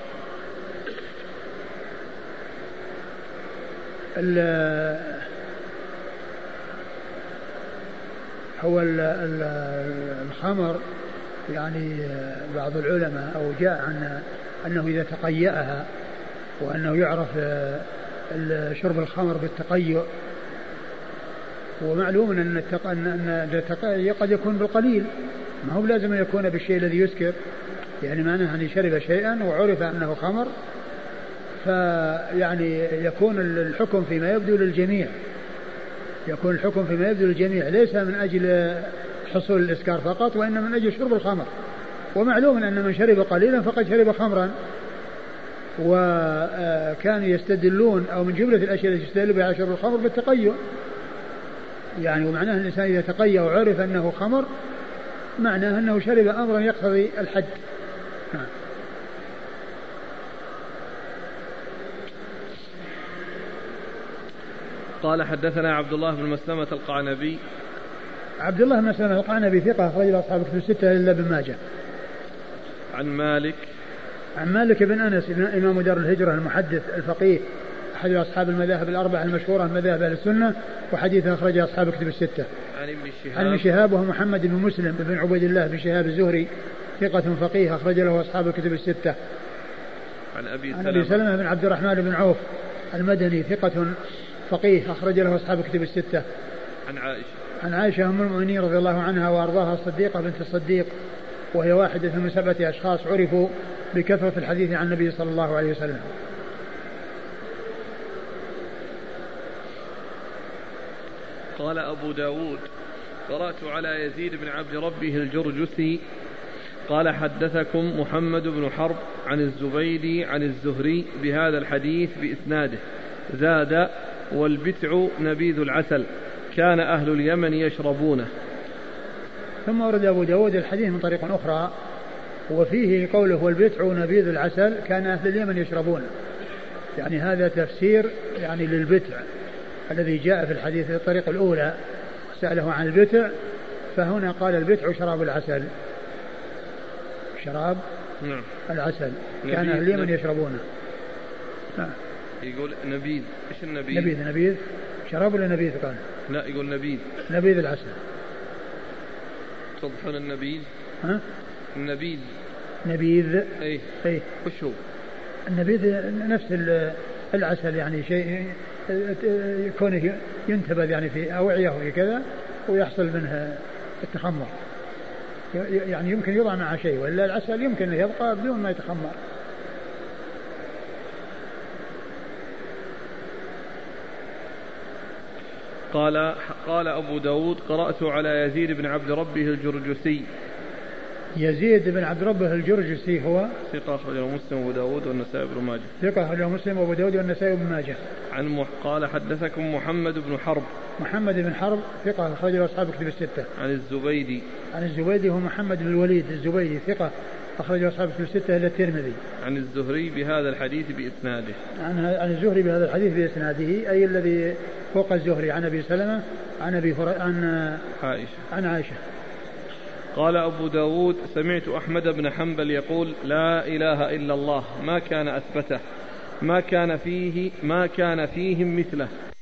Speaker 2: هو الخمر يعني بعض العلماء أو جاء عن أنه إذا تقيأها، وأنه يعرف شرب الخمر بالتقيؤ، ومعلوم أن التقيؤ قد يكون بالقليل، ما هو لازم أن يكون بالشيء الذي يسكر، يعني معناه أن شرب شيئا وعرف أنه خمر، فيعني يكون الحكم فيما يبدو للجميع، يكون الحكم فيما يبدو للجميع ليس من أجل حصول الإسكار فقط، وإنما من أجل شرب الخمر. ومعلوم أن من شرب قليلا فقد شرب خمرا. وكانوا يستدلون أو من جملة الأشياء التي يستدل بها شرب الخمر بالتقيؤ، يعني ومعناه الإنسان إذا تقيأ وعرف أنه خمر معناه أنه شرب أمرا يقتضي الحد.
Speaker 1: قال حدثنا عبد الله بن مسلمة القعنبي.
Speaker 2: عبد الله بن مسلمة القعنبي ثقة أخرج له أصحاب الكتب الستة إلا ابن ماجه.
Speaker 1: عن مالك
Speaker 2: عن مالك بن أنس إمام دار الهجرة المحدث الفقيه أحد أصحاب المذاهب الأربعة المشهورة من مذاهب أهل السنة وحديث أخرجه أصحاب الكتب الستة.
Speaker 1: عن ابن شهاب
Speaker 2: عن ابن شهاب وهو محمد بن مسلم بن عبيد الله بن شهاب الزهري ثقة فقيه أخرج له أصحاب الكتب الستة.
Speaker 1: عن أبي
Speaker 2: عن أبي سلمة بن عبد الرحمن بن عوف المدني ثقة فقيه أخرج له أصحاب الكتب الستة.
Speaker 1: عن عائشة
Speaker 2: عن عائشة أم المؤمنين رضي الله عنها وأرضاها الصديقة بنت الصديق وهي واحدة من سبعة أشخاص عرفوا بكثرة الحديث عن النبي صلى الله عليه وسلم.
Speaker 1: قال أبو داود قرأت على يزيد بن عبد ربه الجرجسي قال حدثكم محمد بن حرب عن الزبيدي عن الزهري بهذا الحديث بإسناده زاد والبتع نبيذ العسل كان أهل اليمن يشربونه.
Speaker 2: ثم ورد أبو داود الحديث من طريق أخرى وفيه قوله والبتع نبيذ العسل كان أهل اليمن يشربونه، يعني هذا تفسير يعني للبتع الذي جاء في الحديث الطريق الأولى سأله عن البتع، فهنا قال البتع شراب العسل شراب
Speaker 1: نعم.
Speaker 2: العسل كان أهل اليمن يشربونه. نعم.
Speaker 1: يقول نبيذ. إيش النبيذ؟
Speaker 2: نبيذ نبيذ شراب ولا نبيذ؟ قال
Speaker 1: لا يقول نبيذ
Speaker 2: نبيذ العسل.
Speaker 1: توضحون النبيذ؟
Speaker 2: ها؟
Speaker 1: النبيذ
Speaker 2: نبيذ
Speaker 1: أي
Speaker 2: أي
Speaker 1: وش هو؟
Speaker 2: النبيذ نفس العسل يعني شيء كونه ينتبذ يعني في أوعية وكذا ويحصل منها التخمر، يعني يمكن يوضع معه شيء ولا العسل يمكن يبقى بدون ما يتخمر.
Speaker 1: قال قال أبو داود قرأت على يزيد بن عبد ربه الجرجسي.
Speaker 2: يزيد بن عبد ربه الجرجسي هو
Speaker 1: ثقة أخرجه مسلم وأبو داود والنسائي بن ماجه.
Speaker 2: ثقة أخرجه مسلم وأبو داود والنسائي بن ماجه.
Speaker 1: عن مح... قال حدثكم محمد بن حرب.
Speaker 2: محمد بن حرب ثقة أخرجه أصحاب الكتب الستة.
Speaker 1: عن الزبيدي.
Speaker 2: عن الزبيدي هو محمد بن الوليد الزبيدي ثقة أخرجه أصحاب الكتب الستة إلا الترمذي.
Speaker 1: عن الزهري بهذا الحديث بإسناده.
Speaker 2: عن عن الزهري بهذا الحديث بإسناده أي الذي فوق الزهري عن أبي سلمة عن أبي فر... عن
Speaker 1: عائشة
Speaker 2: عن عائشة.
Speaker 1: قال أبو داود سمعت أحمد بن حنبل يقول لا إله إلا الله ما كان أثبته ما كان فيه ما كان فيهم مثله